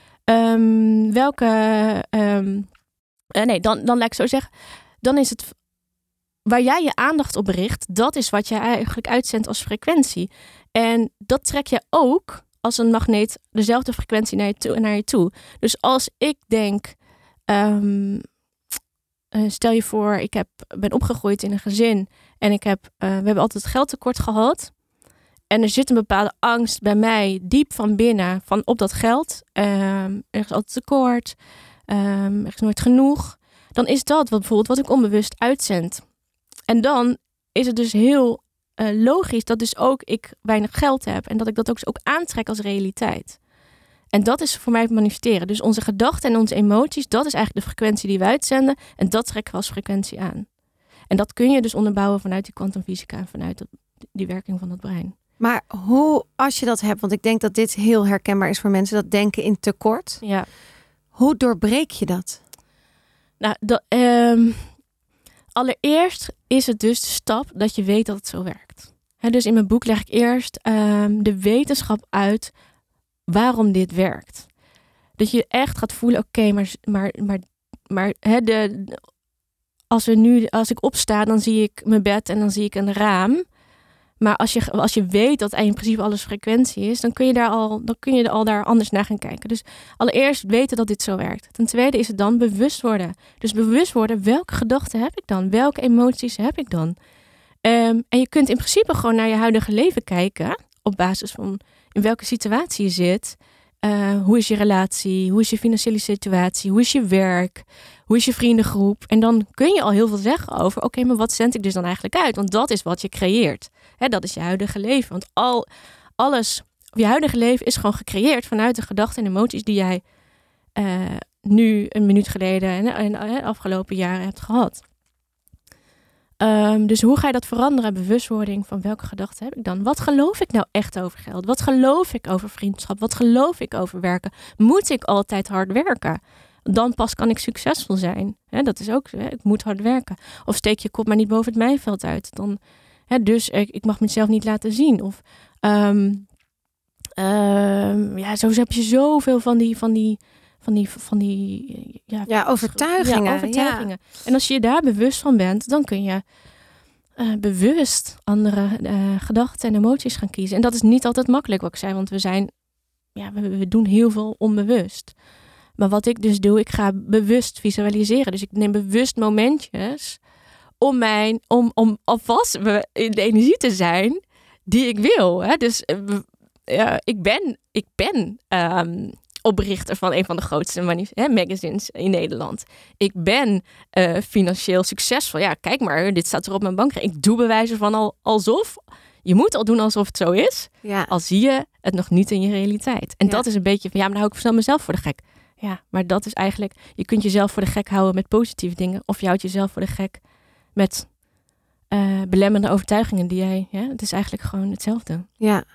um, welke... Um, uh, nee, dan, dan laat ik zo zeggen. Dan is het... Waar jij je aandacht op richt, dat is wat je eigenlijk uitzendt als frequentie. En dat trek je ook als een magneet dezelfde frequentie naar je toe. Naar je toe. Dus als ik denk, um, uh, stel je voor, ik heb, ben opgegroeid in een gezin en ik heb, uh, we hebben altijd geldtekort gehad. En er zit een bepaalde angst bij mij diep van binnen van op dat geld. Um, er is altijd tekort, um, er is nooit genoeg. Dan is dat wat, bijvoorbeeld wat ik onbewust uitzend. En dan is het dus heel uh, logisch dat dus ook ik weinig geld heb. En dat ik dat ook, ook aantrek als realiteit. En dat is voor mij het manifesteren. Dus onze gedachten en onze emoties, dat is eigenlijk de frequentie die we uitzenden. En dat trekken we als frequentie aan. En dat kun je dus onderbouwen vanuit die kwantumfysica en vanuit dat, die werking van het brein. Maar hoe, als je dat hebt, want ik denk dat dit heel herkenbaar is voor mensen, dat denken in tekort. Ja. Hoe doorbreek je dat? Nou, dat... Um, Allereerst is het dus de stap dat je weet dat het zo werkt. He, dus in mijn boek leg ik eerst um, de wetenschap uit waarom dit werkt. Dat je echt gaat voelen, oké, okay, maar, maar, maar, maar he, de, als, we nu, als ik opsta, dan zie ik mijn bed en dan zie ik een raam. Maar als je, als je weet dat in principe alles frequentie is, dan kun je daar al, dan kun je er al daar anders naar gaan kijken. Dus allereerst weten dat dit zo werkt. Ten tweede is het dan bewust worden. Dus bewust worden, welke gedachten heb ik dan? Welke emoties heb ik dan? Um, en je kunt in principe gewoon naar je huidige leven kijken, op basis van in welke situatie je zit. Uh, hoe is je relatie? Hoe is je financiële situatie? Hoe is je werk? Hoe is je vriendengroep? En dan kun je al heel veel zeggen over, oké, okay, maar wat zend ik dus dan eigenlijk uit? Want dat is wat je creëert. Hè, dat is je huidige leven. Want al, alles, je huidige leven is gewoon gecreëerd vanuit de gedachten en emoties die jij uh, nu een minuut geleden en, en, en afgelopen jaren hebt gehad. Um, dus hoe ga je dat veranderen? Bewustwording van welke gedachten heb ik dan? Wat geloof ik nou echt over geld? Wat geloof ik over vriendschap? Wat geloof ik over werken? Moet ik altijd hard werken? Dan pas kan ik succesvol zijn. He, dat is ook, he, ik moet hard werken. Of steek je kop maar niet boven het mijnveld uit. Dan, he, dus ik, ik mag mezelf niet laten zien. Of um, um, ja, zo heb je zoveel van die... Van die Van die, van die ja, ja, overtuigingen. Ja, overtuigingen. Ja. En als je je daar bewust van bent, dan kun je uh, bewust andere uh, gedachten en emoties gaan kiezen. En dat is niet altijd makkelijk, wat ik zei, want we zijn, ja, we, we doen heel veel onbewust. Maar wat ik dus doe, ik ga bewust visualiseren. Dus ik neem bewust momentjes om mijn, om, om alvast in de energie te zijn die ik wil. Hè? Dus uh, ik ben, ik ben. Um, oprichter van een van de grootste manif- hè, magazines in Nederland. Ik ben uh, financieel succesvol. Ja, kijk maar, dit staat er op mijn bankrekening. Ik doe bewijzen van al, alsof. Je moet al doen alsof het zo is. Ja. Al zie je het nog niet in je realiteit. En ja. dat is een beetje van, ja, maar dan hou ik van mezelf voor de gek. ja, maar dat is eigenlijk... Je kunt jezelf voor de gek houden met positieve dingen. Of je houdt jezelf voor de gek met uh, belemmerende overtuigingen die jij... Ja, het is eigenlijk gewoon hetzelfde. Ja.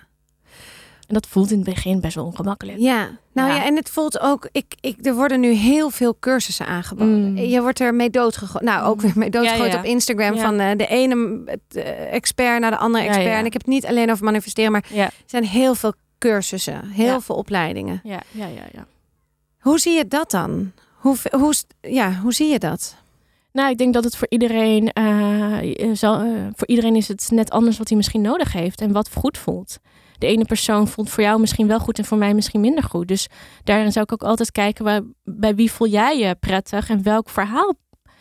En dat voelt in het begin best wel ongemakkelijk. Ja, nou ja, ja en het voelt ook... Ik, ik, er worden nu heel veel cursussen aangeboden. Mm. Je wordt er mee doodgegooid. Nou, ook weer mee doodgegooid ja, ja. op Instagram. Ja. Van uh, de ene uh, expert naar de andere expert. Ja, ja. En ik heb het niet alleen over manifesteren, maar ja. er zijn heel veel cursussen. Heel ja. veel opleidingen. Ja, ja, ja, ja. Hoe zie je dat dan? Hoe, hoe, ja, hoe zie je dat? Nou, ik denk dat het voor iedereen... Uh, zal, uh, voor iedereen is het net anders wat hij misschien nodig heeft. En wat goed voelt. De ene persoon voelt voor jou misschien wel goed en voor mij misschien minder goed. Dus daarin zou ik ook altijd kijken, waar, bij wie voel jij je prettig en welk verhaal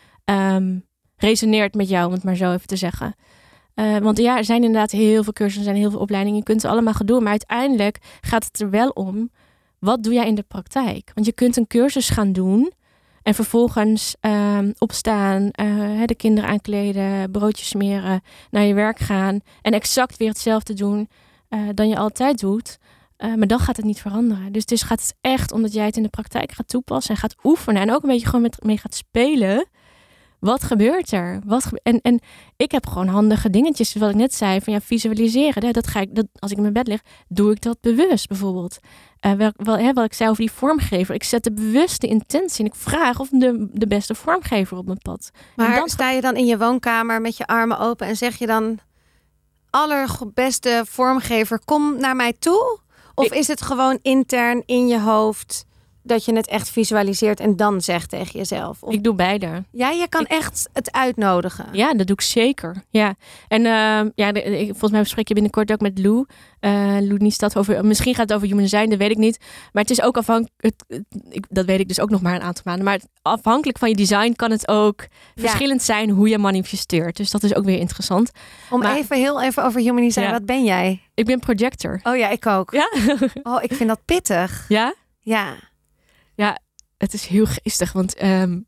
um, resoneert met jou, om het maar zo even te zeggen. Uh, want ja, er zijn inderdaad heel veel cursussen, er zijn heel veel opleidingen. Je kunt ze allemaal gaan doen, maar uiteindelijk gaat het er wel om, wat doe jij in de praktijk? Want je kunt een cursus gaan doen en vervolgens um, opstaan, uh, de kinderen aankleden, broodjes smeren, naar je werk gaan en exact weer hetzelfde doen Uh, dan je altijd doet. Uh, maar dan gaat het niet veranderen. Dus, dus gaat het echt omdat jij het in de praktijk gaat toepassen en gaat oefenen. En ook een beetje gewoon met, mee gaat spelen. Wat gebeurt er? Wat gebe- en, en ik heb gewoon handige dingetjes. Wat ik net zei, van ja, visualiseren. Hè, dat ga ik, dat, als ik in mijn bed lig, doe ik dat bewust bijvoorbeeld. Uh, wel, wel, hè, wat ik zei over die vormgever. Ik zet de bewuste intentie en ik vraag of de, de beste vormgever op mijn pad. Maar dan sta je dan in je woonkamer met je armen open en zeg je dan... allerbeste vormgever, kom naar mij toe? Of ik... is het gewoon intern in je hoofd dat je het echt visualiseert en dan zegt tegen jezelf? Of... Ik doe beide. Ja, je kan ik... echt het uitnodigen. Ja, dat doe ik zeker. Ja. En uh, ja, de, de, volgens mij bespreek je binnenkort ook met Lou. Uh, Lou Niestad over. Misschien gaat het over human design, dat weet ik niet. Maar het is ook afhankelijk. Dat weet ik dus ook nog maar een aantal maanden. Maar afhankelijk van je design kan het ook ja. verschillend zijn hoe je manifesteert. Dus dat is ook weer interessant. Om maar, even heel even over human design. Ja. Wat ben jij? Ik ben projector. Oh ja, ik ook. Ja? Oh, ik vind dat pittig. Ja? Ja. Ja, het is heel geestig. Want um,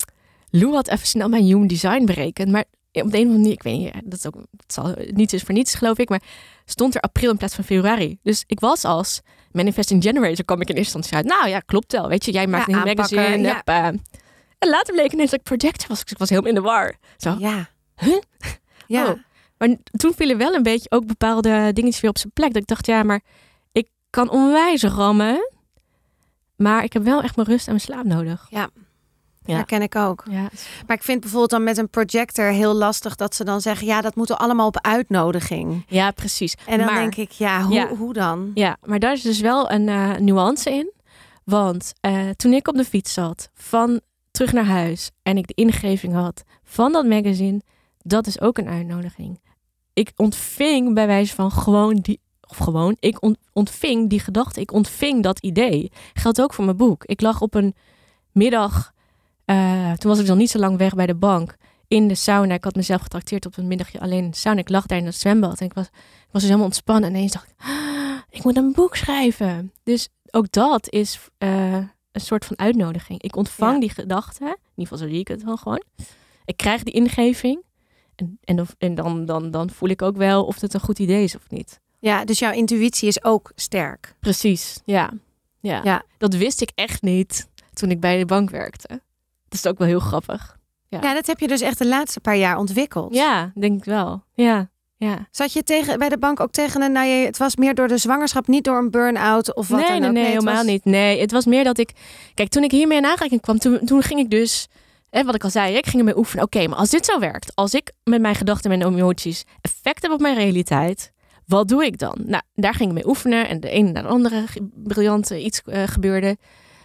Lou had even snel mijn human design berekend. Maar op de een of andere manier, ik weet niet, dat is ook, het zal niets is voor niets, geloof ik. Maar stond er april in plaats van februari. Dus ik was als manifesting generator, kwam ik in eerste instantie uit. Nou ja, klopt wel. Weet je, jij maakt ja, een magazine. Ja. Heb, uh, en later bleek ineens dat ik projector was. Ik was helemaal in de war. Zo, ja. Huh? Ja. Oh. Maar toen vielen wel een beetje ook bepaalde dingetjes weer op zijn plek. Dat ik dacht, ja, maar ik kan onwijs rammen. Maar ik heb wel echt mijn rust en mijn slaap nodig. Ja, ja. Dat ken ik ook. Ja. Maar ik vind bijvoorbeeld dan met een projector heel lastig dat ze dan zeggen... ja, dat moeten we allemaal op uitnodiging. Ja, precies. En dan maar, denk ik, ja hoe, ja, hoe dan? Ja, maar daar is dus wel een uh, nuance in. Want uh, toen ik op de fiets zat, van terug naar huis... en ik de ingeving had van dat magazine... dat is ook een uitnodiging. Ik ontving bij wijze van gewoon die... Of gewoon, ik ontving die gedachte. Ik ontving dat idee. Geldt ook voor mijn boek. Ik lag op een middag... Uh, toen was ik nog niet zo lang weg bij de bank. In de sauna. Ik had mezelf getrakteerd op een middagje alleen in de sauna. Ik lag daar in het zwembad. En ik was, ik was dus helemaal ontspannen. En ineens dacht ik... Ah, ik moet een boek schrijven. Dus ook dat is uh, een soort van uitnodiging. Ik ontvang ja. die gedachte. In ieder geval zo zie ik het wel gewoon. Ik krijg die ingeving. En, en, en dan, dan, dan voel ik ook wel of het een goed idee is of niet. Ja, dus jouw intuïtie is ook sterk. Precies, ja. ja. ja. Dat wist ik echt niet toen ik bij de bank werkte. Dat is ook wel heel grappig. Ja, ja dat heb je dus echt de laatste paar jaar ontwikkeld. Ja, denk ik wel. Ja, ja. Zat je tegen, bij de bank ook tegen een... Nou, je, het was meer door de zwangerschap, niet door een burn-out of wat nee, dan nee, ook? Nee, nee, helemaal was... niet. Nee, het was meer dat ik... Kijk, toen ik hiermee in aanraking kwam, toen, toen ging ik dus... Hè, wat ik al zei, ik ging ermee oefenen. Oké, okay, maar als dit zo werkt, als ik met mijn gedachten en mijn emoties effect heb op mijn realiteit... Wat doe ik dan? Nou, daar ging ik mee oefenen. En de ene naar de andere briljante iets uh, gebeurde.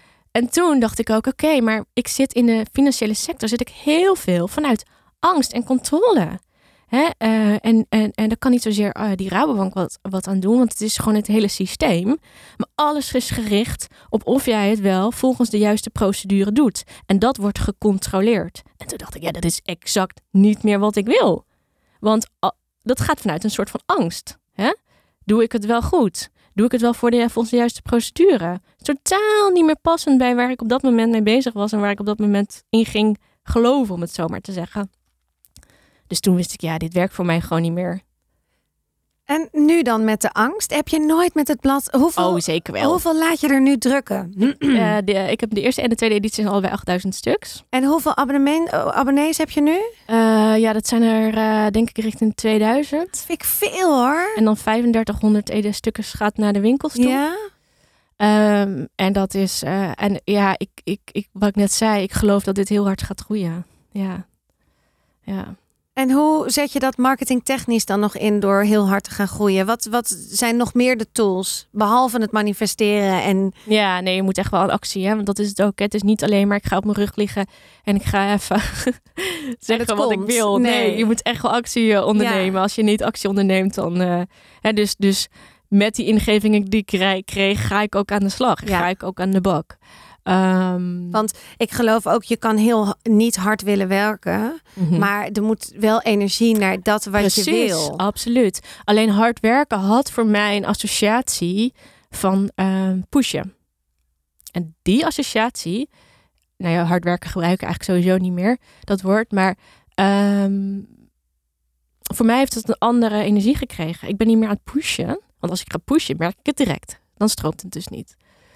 En toen dacht ik ook, oké, okay, maar ik zit in de financiële sector. Zit ik heel veel vanuit angst en controle. Hè? Uh, en, en, en daar kan niet zozeer uh, die Rabobank wat, wat aan doen. Want het is gewoon het hele systeem. Maar alles is gericht op of jij het wel volgens de juiste procedure doet. En dat wordt gecontroleerd. En toen dacht ik, ja, dat is exact niet meer wat ik wil. Want uh, dat gaat vanuit een soort van angst. Hè? Doe ik het wel goed? Doe ik het wel voor de, volgens de juiste procedure? Totaal niet meer passend bij waar ik op dat moment mee bezig was... en waar ik op dat moment in ging geloven, om het zo maar te zeggen. Dus toen wist ik, ja, dit werkt voor mij gewoon niet meer. En En nu dan met de angst. Heb je nooit met het blad... Hoeveel, oh, zeker wel. Hoeveel laat je er nu drukken? uh, de, ik heb de eerste en de tweede editie zijn allebei achtduizend stuks. En hoeveel abonnement, abonnees heb je nu? Uh, ja, dat zijn er uh, denk ik richting tweeduizend. Dat vind ik veel hoor. En dan vijfendertighonderd stukken gaat naar de winkels toe. Ja. Um, en dat is... Uh, en ja, ik, ik, ik, wat ik net zei, ik geloof dat dit heel hard gaat groeien. Ja. Ja. En hoe zet je dat marketingtechnisch dan nog in door heel hard te gaan groeien? Wat, wat zijn nog meer de tools, behalve het manifesteren? En... Ja, nee, je moet echt wel aan actie, hè? Want dat is het ook. Hè? Het is niet alleen maar ik ga op mijn rug liggen en ik ga even zeggen wat komt. ik wil. Nee. nee, je moet echt wel actie ondernemen. Ja. Als je niet actie onderneemt, dan... Uh, hè, dus, dus met die ingevingen die ik kreeg, ga ik ook aan de slag. Ja. Ga ik ook aan de bak. Um, Want ik geloof ook, je kan heel niet hard willen werken, mm-hmm. maar er moet wel energie naar dat wat Precies, je wil. Absoluut. Alleen hard werken had voor mij een associatie van uh, pushen. En die associatie, nou ja, hard werken gebruik ik eigenlijk sowieso niet meer, dat woord, maar um, voor mij heeft het een andere energie gekregen. Ik ben niet meer aan het pushen, want als ik ga pushen, merk ik het direct. Dan stroomt het dus niet.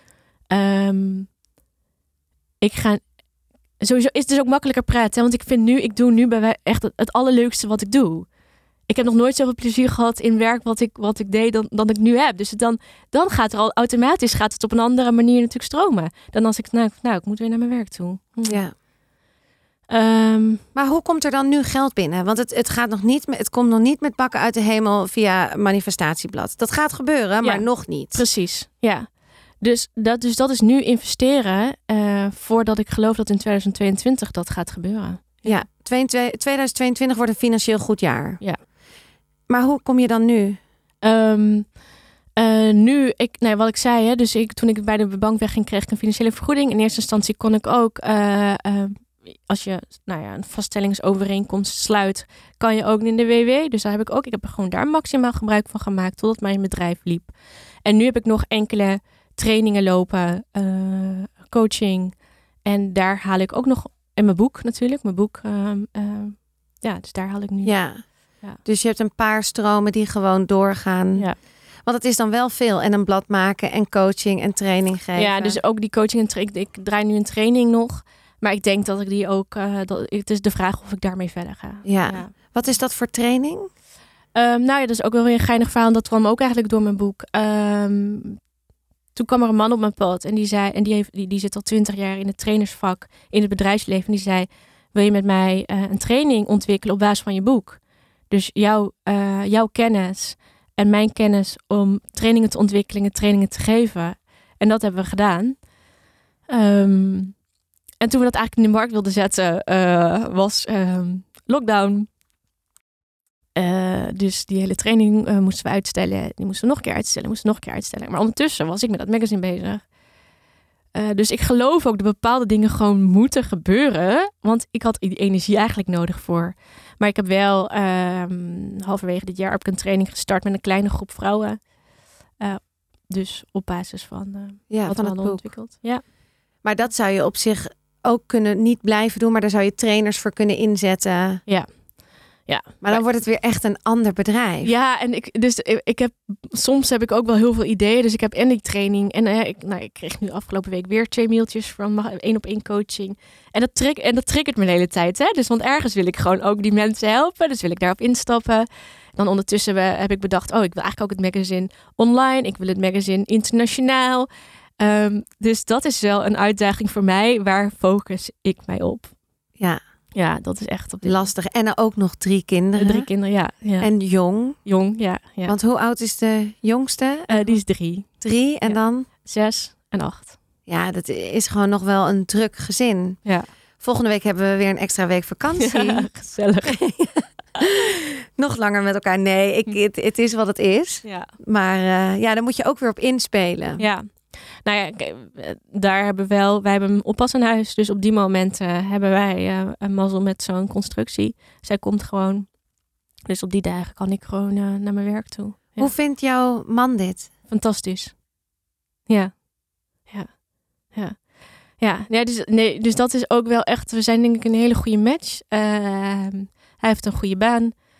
Um, Ik ga... Sowieso is het dus ook makkelijker praten. Hè? Want ik vind nu, ik doe nu bij wij echt het, het allerleukste wat ik doe. Ik heb nog nooit zoveel plezier gehad in werk wat ik, wat ik deed dan, dan ik nu heb. Dus dan, dan gaat er al automatisch gaat het op een andere manier natuurlijk stromen. Dan als ik, nou, nou ik moet weer naar mijn werk toe. Hm. Ja. Um, maar hoe komt er dan nu geld binnen? Want het, het, gaat nog niet, het komt nog niet met bakken uit de hemel via manifestatieblad. Dat gaat gebeuren, maar ja, nog niet. Precies, ja. Dus dat, dus dat is nu investeren uh, voordat ik geloof dat in tweeduizend tweeëntwintig dat gaat gebeuren. Ja, tweeduizend tweeëntwintig wordt een financieel goed jaar. Ja. Maar hoe kom je dan nu? Um, uh, nu, ik, nee, wat ik zei, hè, dus ik, toen ik bij de bank wegging, kreeg ik een financiële vergoeding. In eerste instantie kon ik ook, uh, uh, als je nou ja, een vaststellingsovereenkomst sluit, kan je ook in de W W. Dus daar heb ik ook, ik heb er gewoon daar maximaal gebruik van gemaakt totdat mijn bedrijf liep. En nu heb ik nog enkele trainingen lopen, uh, coaching. En daar haal ik ook nog... En mijn boek natuurlijk. Mijn boek. Uh, uh, ja, dus daar haal ik nu... Ja. ja. Dus je hebt een paar stromen die gewoon doorgaan. Ja. Want het is dan wel veel. En een blad maken en coaching en training geven. Ja, dus ook die coaching en training. Ik draai nu een training nog. Maar ik denk dat ik die ook... Uh, dat, het is de vraag of ik daarmee verder ga. Ja. ja. Wat is dat voor training? Um, nou ja, dat is ook wel weer een geinig verhaal. En dat kwam ook eigenlijk door mijn boek. Um, Toen kwam er een man op mijn pad en die zei, en die, heeft, die, die zit al twintig jaar in het trainersvak in het bedrijfsleven. En die zei: wil je met mij uh, een training ontwikkelen op basis van je boek? Dus jouw, uh, jouw kennis en mijn kennis om trainingen te ontwikkelen, trainingen te geven. En dat hebben we gedaan. Um, en toen we dat eigenlijk in de markt wilden zetten, uh, was uh, lockdown. Uh, dus die hele training uh, moesten we uitstellen. Die moesten we nog een keer uitstellen. Moesten we nog een keer uitstellen. Maar ondertussen was ik met dat magazine bezig. Uh, dus ik geloof ook dat bepaalde dingen gewoon moeten gebeuren. Want ik had die energie eigenlijk nodig voor. Maar ik heb wel uh, halverwege dit jaar heb ik een training gestart met een kleine groep vrouwen. Uh, dus op basis van uh, ja, wat van we het hadden ontwikkeld. Ja. Maar dat zou je op zich ook kunnen niet blijven doen. Maar daar zou je trainers voor kunnen inzetten. Ja. Ja, maar dan wordt het weer echt een ander bedrijf. Ja, en ik, dus ik heb, soms heb ik ook wel heel veel ideeën. Dus ik heb en die training. En uh, ik, nou, ik kreeg nu afgelopen week weer twee mailtjes van één op één coaching. En dat, trek, en dat triggert me de hele tijd. Hè? Dus want ergens wil ik gewoon ook die mensen helpen. Dus wil ik daarop instappen. Dan ondertussen heb ik bedacht, oh, ik wil eigenlijk ook het magazine online. Ik wil het magazine internationaal. Um, dus dat is wel een uitdaging voor mij. Waar focus ik mij op? Ja. Ja, dat is echt op lastig. En dan ook nog drie kinderen. Drie kinderen, ja. ja. En jong. Jong, ja, ja. Want hoe oud is de jongste? Uh, die is drie. Drie en ja. dan? Zes en acht. Ja, dat is gewoon nog wel een druk gezin. Ja. Volgende week hebben we weer een extra week vakantie. Ja, gezellig. Nog langer met elkaar. Nee, ik, het, het is wat het is. Ja. Maar uh, ja, daar moet je ook weer op inspelen. Ja. Nou ja, daar hebben we wel, wij hebben een oppas in huis. Dus op die momenten uh, hebben wij uh, een mazzel met zo'n constructie. Zij komt gewoon. Dus op die dagen kan ik gewoon uh, naar mijn werk toe. Ja. Hoe vindt jouw man dit? Fantastisch. Ja. Ja. Ja. Ja, ja dus, nee, dus dat is ook wel echt, we zijn denk ik een hele goede match. Uh, hij heeft een goede baan.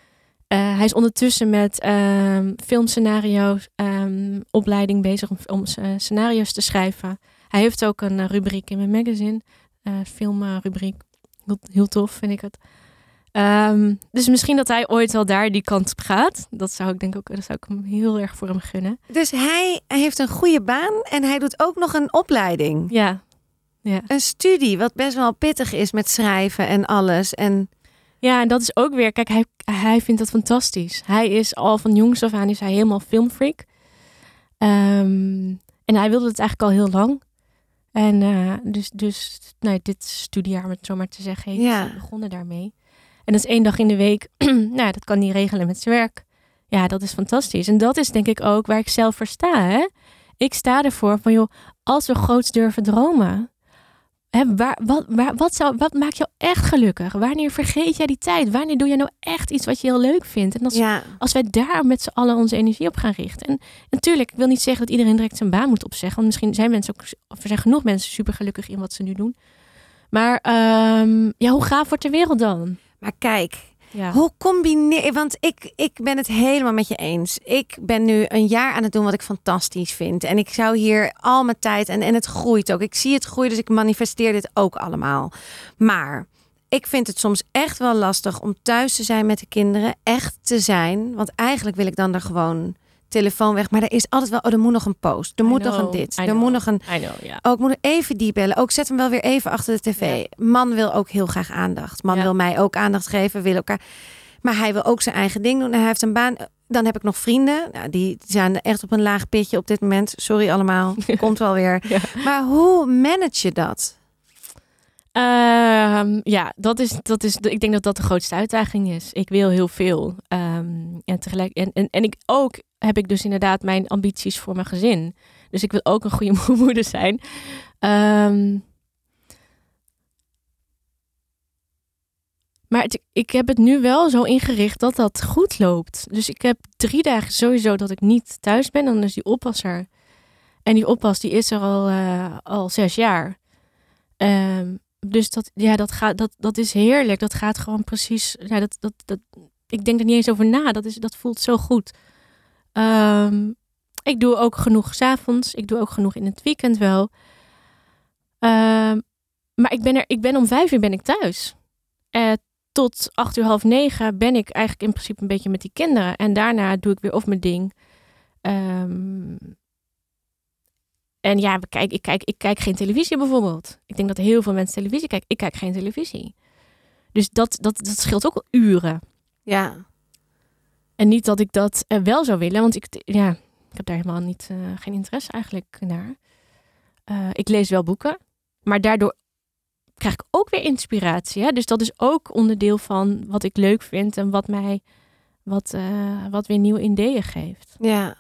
Uh, hij is ondertussen met um, filmscenario um, opleiding bezig om, om uh, scenario's te schrijven. Hij heeft ook een uh, rubriek in mijn magazine. Uh, filmrubriek. Uh, heel, heel tof vind ik het. Um, dus misschien dat hij ooit wel daar die kant op gaat. Dat zou ik denk ook, dat zou ik hem heel erg voor hem gunnen. Dus hij heeft een goede baan en hij doet ook nog een opleiding. Ja. ja. Een studie, wat best wel pittig is met schrijven en alles. En... Ja, en dat is ook weer, kijk, hij, hij vindt dat fantastisch. Hij is al van jongs af aan is hij helemaal filmfreak. Um, en hij wilde het eigenlijk al heel lang. En uh, dus, dus nou, dit studiejaar, om het zo maar te zeggen, heeft ja. begonnen daarmee. En dat is één dag in de week. Nou, dat kan hij regelen met zijn werk. Ja, dat is fantastisch. En dat is denk ik ook waar ik zelf voor sta. Hè? Ik sta ervoor van, joh, als we groots durven dromen. Hè, waar, wat, waar, wat, zou, wat maakt jou echt gelukkig? Wanneer vergeet jij die tijd? Wanneer doe je nou echt iets wat je heel leuk vindt? En als, ja. als wij daar met z'n allen onze energie op gaan richten. En natuurlijk, ik wil niet zeggen dat iedereen direct zijn baan moet opzeggen. Want misschien zijn mensen ook, of er zijn genoeg mensen super gelukkig in wat ze nu doen. Maar um, ja, hoe gaaf wordt de wereld dan? Maar kijk, ja. hoe combineer... Want ik, ik ben het helemaal met je eens. Ik ben nu een jaar aan het doen wat ik fantastisch vind. En ik zou hier al mijn tijd... En, en het groeit ook. Ik zie het groeien, dus ik manifesteer dit ook allemaal. Maar ik vind het soms echt wel lastig om thuis te zijn met de kinderen. Echt te zijn. Want eigenlijk wil ik dan er gewoon... telefoon weg, maar er is altijd wel, oh, er moet nog een post, er I moet know, nog een dit, I er know, moet nog een, I know, yeah. oh, ik moet even die bellen, ook zet hem wel weer even achter de tv. Ja. Man wil ook heel graag aandacht, man ja. wil mij ook aandacht geven, wil elkaar, maar hij wil ook zijn eigen ding doen en hij heeft een baan. Dan heb ik nog vrienden, nou, die zijn echt op een laag pitje op dit moment, sorry allemaal, komt wel weer. Ja. Maar hoe manage je dat? Um, ja, dat is, dat is, ik denk dat dat de grootste uitdaging is. Ik wil heel veel. Um, en, tegelijk, en, en, en ik ook heb ik dus inderdaad mijn ambities voor mijn gezin. Dus ik wil ook een goede moeder zijn. Um, maar het, ik heb het nu wel zo ingericht dat dat goed loopt. Dus ik heb drie dagen sowieso dat ik niet thuis ben. Dan is die oppasser. En die oppas die is er al, uh, al zes jaar. Um, Dus dat, ja, dat, gaat, dat, dat is heerlijk. Dat gaat gewoon precies... Ja, dat, dat, dat, ik denk er niet eens over na. Dat, is, dat voelt zo goed. Um, ik doe ook genoeg 's avonds. Ik doe ook genoeg in het weekend wel. Um, maar ik ben, er, ik ben om vijf uur ben ik thuis. Uh, tot acht uur, half negen ben ik eigenlijk in principe een beetje met die kinderen. En daarna doe ik weer of mijn ding... Um, En ja, we kijk, ik, kijk, ik kijk geen televisie bijvoorbeeld. Ik denk dat heel veel mensen televisie kijken. Ik kijk geen televisie. Dus dat, dat, dat scheelt ook al uren. Ja. En niet dat ik dat uh, wel zou willen. Want ik, ja, ik heb daar helemaal niet, uh, geen interesse eigenlijk naar. Uh, ik lees wel boeken. Maar daardoor krijg ik ook weer inspiratie. Hè? Dus dat is ook onderdeel van wat ik leuk vind. En wat mij wat, uh, wat weer nieuwe ideeën geeft. Ja.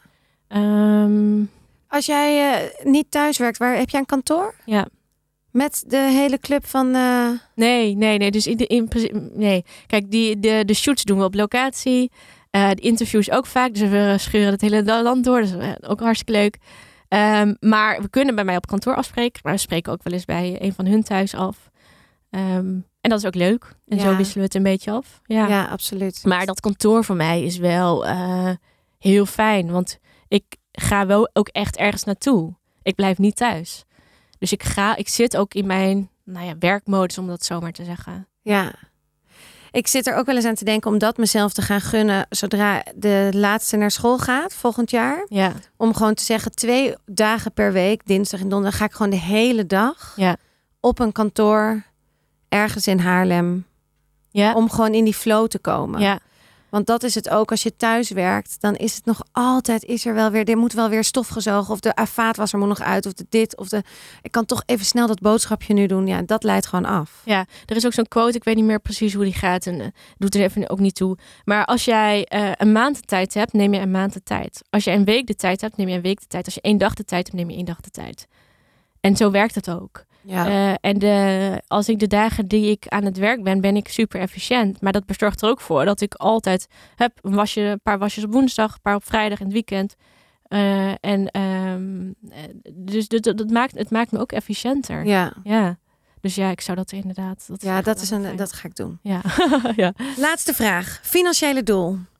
Um, Als jij uh, niet thuis werkt, waar heb jij een kantoor? Ja. Met de hele club van... Uh... Nee, nee, nee. Dus in de, in, nee. Kijk, die, de, de shoots doen we op locatie. Uh, de interviews ook vaak. Dus we scheuren het hele land door. Dat is ook hartstikke leuk. Um, maar we kunnen bij mij op kantoor afspreken. Maar we spreken ook wel eens bij een van hun thuis af. Um, en dat is ook leuk. En ja. Zo wisselen we het een beetje af. Ja, ja, absoluut. Maar dat kantoor voor mij is wel uh, heel fijn. Want ik ga wel ook echt ergens naartoe. Ik blijf niet thuis. Dus ik ga, ik zit ook in mijn nou ja, werkmodus, om dat zo maar te zeggen. Ja. Ik zit er ook wel eens aan te denken om dat mezelf te gaan gunnen zodra de laatste naar school gaat, volgend jaar. Ja. Om gewoon te zeggen, twee dagen per week, dinsdag en donderdag, ga ik gewoon de hele dag ja. op een kantoor ergens in Haarlem. Ja. Om gewoon in die flow te komen. Ja. Want dat is het ook, als je thuis werkt, dan is het nog altijd, is er wel weer, er moet wel weer stof gezogen. Of de vaatwasser moet nog uit, of de dit, of de... Ik kan toch even snel dat boodschapje nu doen. Ja, dat leidt gewoon af. Ja, er is ook zo'n quote, ik weet niet meer precies hoe die gaat. En uh, doet er even ook niet toe. Maar als jij uh, een maand de tijd hebt, neem je een maand de tijd. Als je een week de tijd hebt, neem je een week de tijd. Als je één dag de tijd hebt, neem je één dag de tijd. En zo werkt het ook. Ja. Uh, en de, als ik de dagen die ik aan het werk ben, ben ik super efficiënt. Maar dat zorgt er ook voor dat ik altijd heb een, wasje, een paar wasjes op woensdag, een paar op vrijdag en het weekend. Uh, en um, dus dat, dat maakt, het maakt me ook efficiënter. Ja. Ja. Dus ja, ik zou dat inderdaad. Dat ja, dat is een, dat ga ik doen. Ja. ja. Laatste vraag. Financiële doel.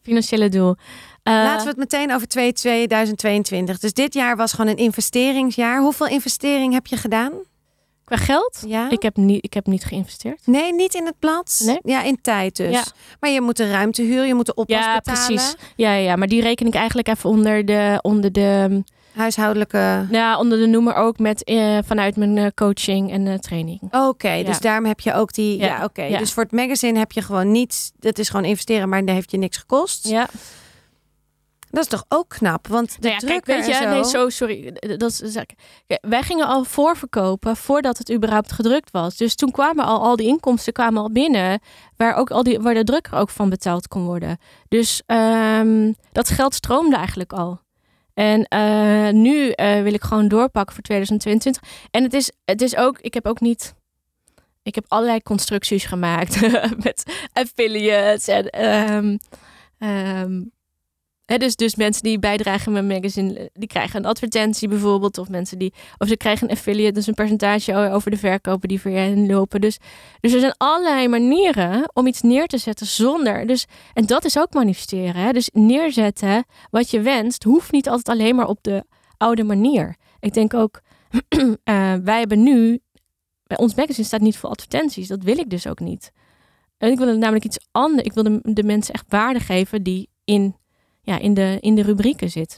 financiële doel. Uh, Laten we het meteen over tweeduizend tweeëntwintig. Dus dit jaar was gewoon een investeringsjaar. Hoeveel investering heb je gedaan? Qua geld? Ja. Ik heb niet, ik heb niet geïnvesteerd. Nee, niet in het plat? Nee. Ja, in tijd dus. Ja. Maar je moet de ruimte huren, je moet de oppas Ja, betalen. precies. Ja, ja, maar die reken ik eigenlijk even onder de, onder de, Huishoudelijke... ja, onder de noemer ook met uh, vanuit mijn uh, coaching en uh, training. Oké, okay, ja. dus daarom heb je ook die... Ja, Ja, ja oké. Okay. ja. Dus voor het magazine heb je gewoon niet... Dat is gewoon investeren, maar dat heeft je niks gekost. Ja. Dat is toch ook knap? Want de nou ja, kijk, weet je, zo... nee, zo, sorry. Dat is, kijk, wij gingen al voorverkopen voordat het überhaupt gedrukt was. Dus toen kwamen al, al die inkomsten kwamen al binnen, waar ook al die, waar de drukker ook van betaald kon worden. Dus um, dat geld stroomde eigenlijk al. En uh, nu uh, wil ik gewoon doorpakken voor tweeduizend tweeëntwintig. En het is, het is ook, ik heb ook niet, ik heb allerlei constructies gemaakt met affiliates en um, um, He, dus, dus mensen die bijdragen met mijn magazine, die krijgen een advertentie bijvoorbeeld. Of mensen die, of ze krijgen een affiliate, dus een percentage over de verkopen die voor hen lopen. Dus, dus er zijn allerlei manieren om iets neer te zetten zonder. Dus, en dat is ook manifesteren. Hè? Dus neerzetten wat je wenst, hoeft niet altijd alleen maar op de oude manier. Ik denk ook, uh, wij hebben nu, bij ons magazine staat niet vol advertenties. Dat wil ik dus ook niet. En ik wil namelijk iets anders. Ik wil de, de mensen echt waarde geven die in... Ja, in de, in de rubrieken zit.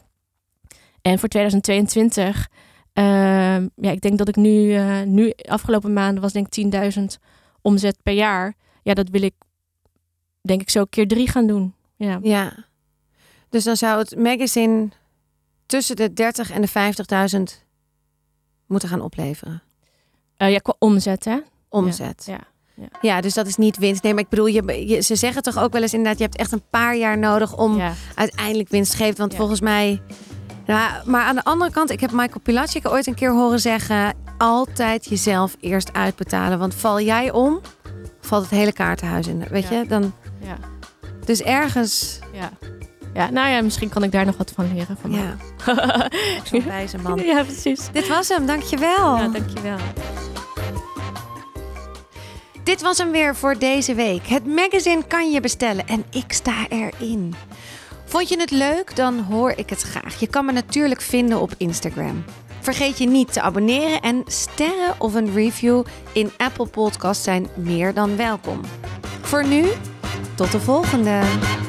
En voor tweeduizend tweeëntwintig, uh, ja, ik denk dat ik nu, uh, nu afgelopen maanden was denk ik tienduizend omzet per jaar. Ja, dat wil ik denk ik zo keer drie gaan doen. Ja. ja. Dus dan zou het magazine tussen de dertig en de vijftigduizend moeten gaan opleveren. Uh, ja, qua omzet, hè? Omzet. Ja. ja. Ja. ja, dus dat is niet winst. Nee, maar ik bedoel, je, je, ze zeggen toch ook wel eens inderdaad... je hebt echt een paar jaar nodig om ja. uiteindelijk winst te geven. Want ja. volgens mij... Ja, maar aan de andere kant, ik heb Michael Pilatschik ooit een keer horen zeggen... altijd jezelf eerst uitbetalen. Want val jij om, valt het hele kaartenhuis in. Weet ja. je, dan... Ja. Dus ergens... Ja. Ja, nou ja, misschien kan ik daar nog wat van leren. Van ja. Zo'n wijze man. Ja, precies. Dit was hem, dankjewel. Ja, dankjewel. Dit was hem weer voor deze week. Het magazine kan je bestellen en ik sta erin. Vond je het leuk? Dan hoor ik het graag. Je kan me natuurlijk vinden op Instagram. Vergeet je niet te abonneren en sterren of een review in Apple Podcasts zijn meer dan welkom. Voor nu, tot de volgende.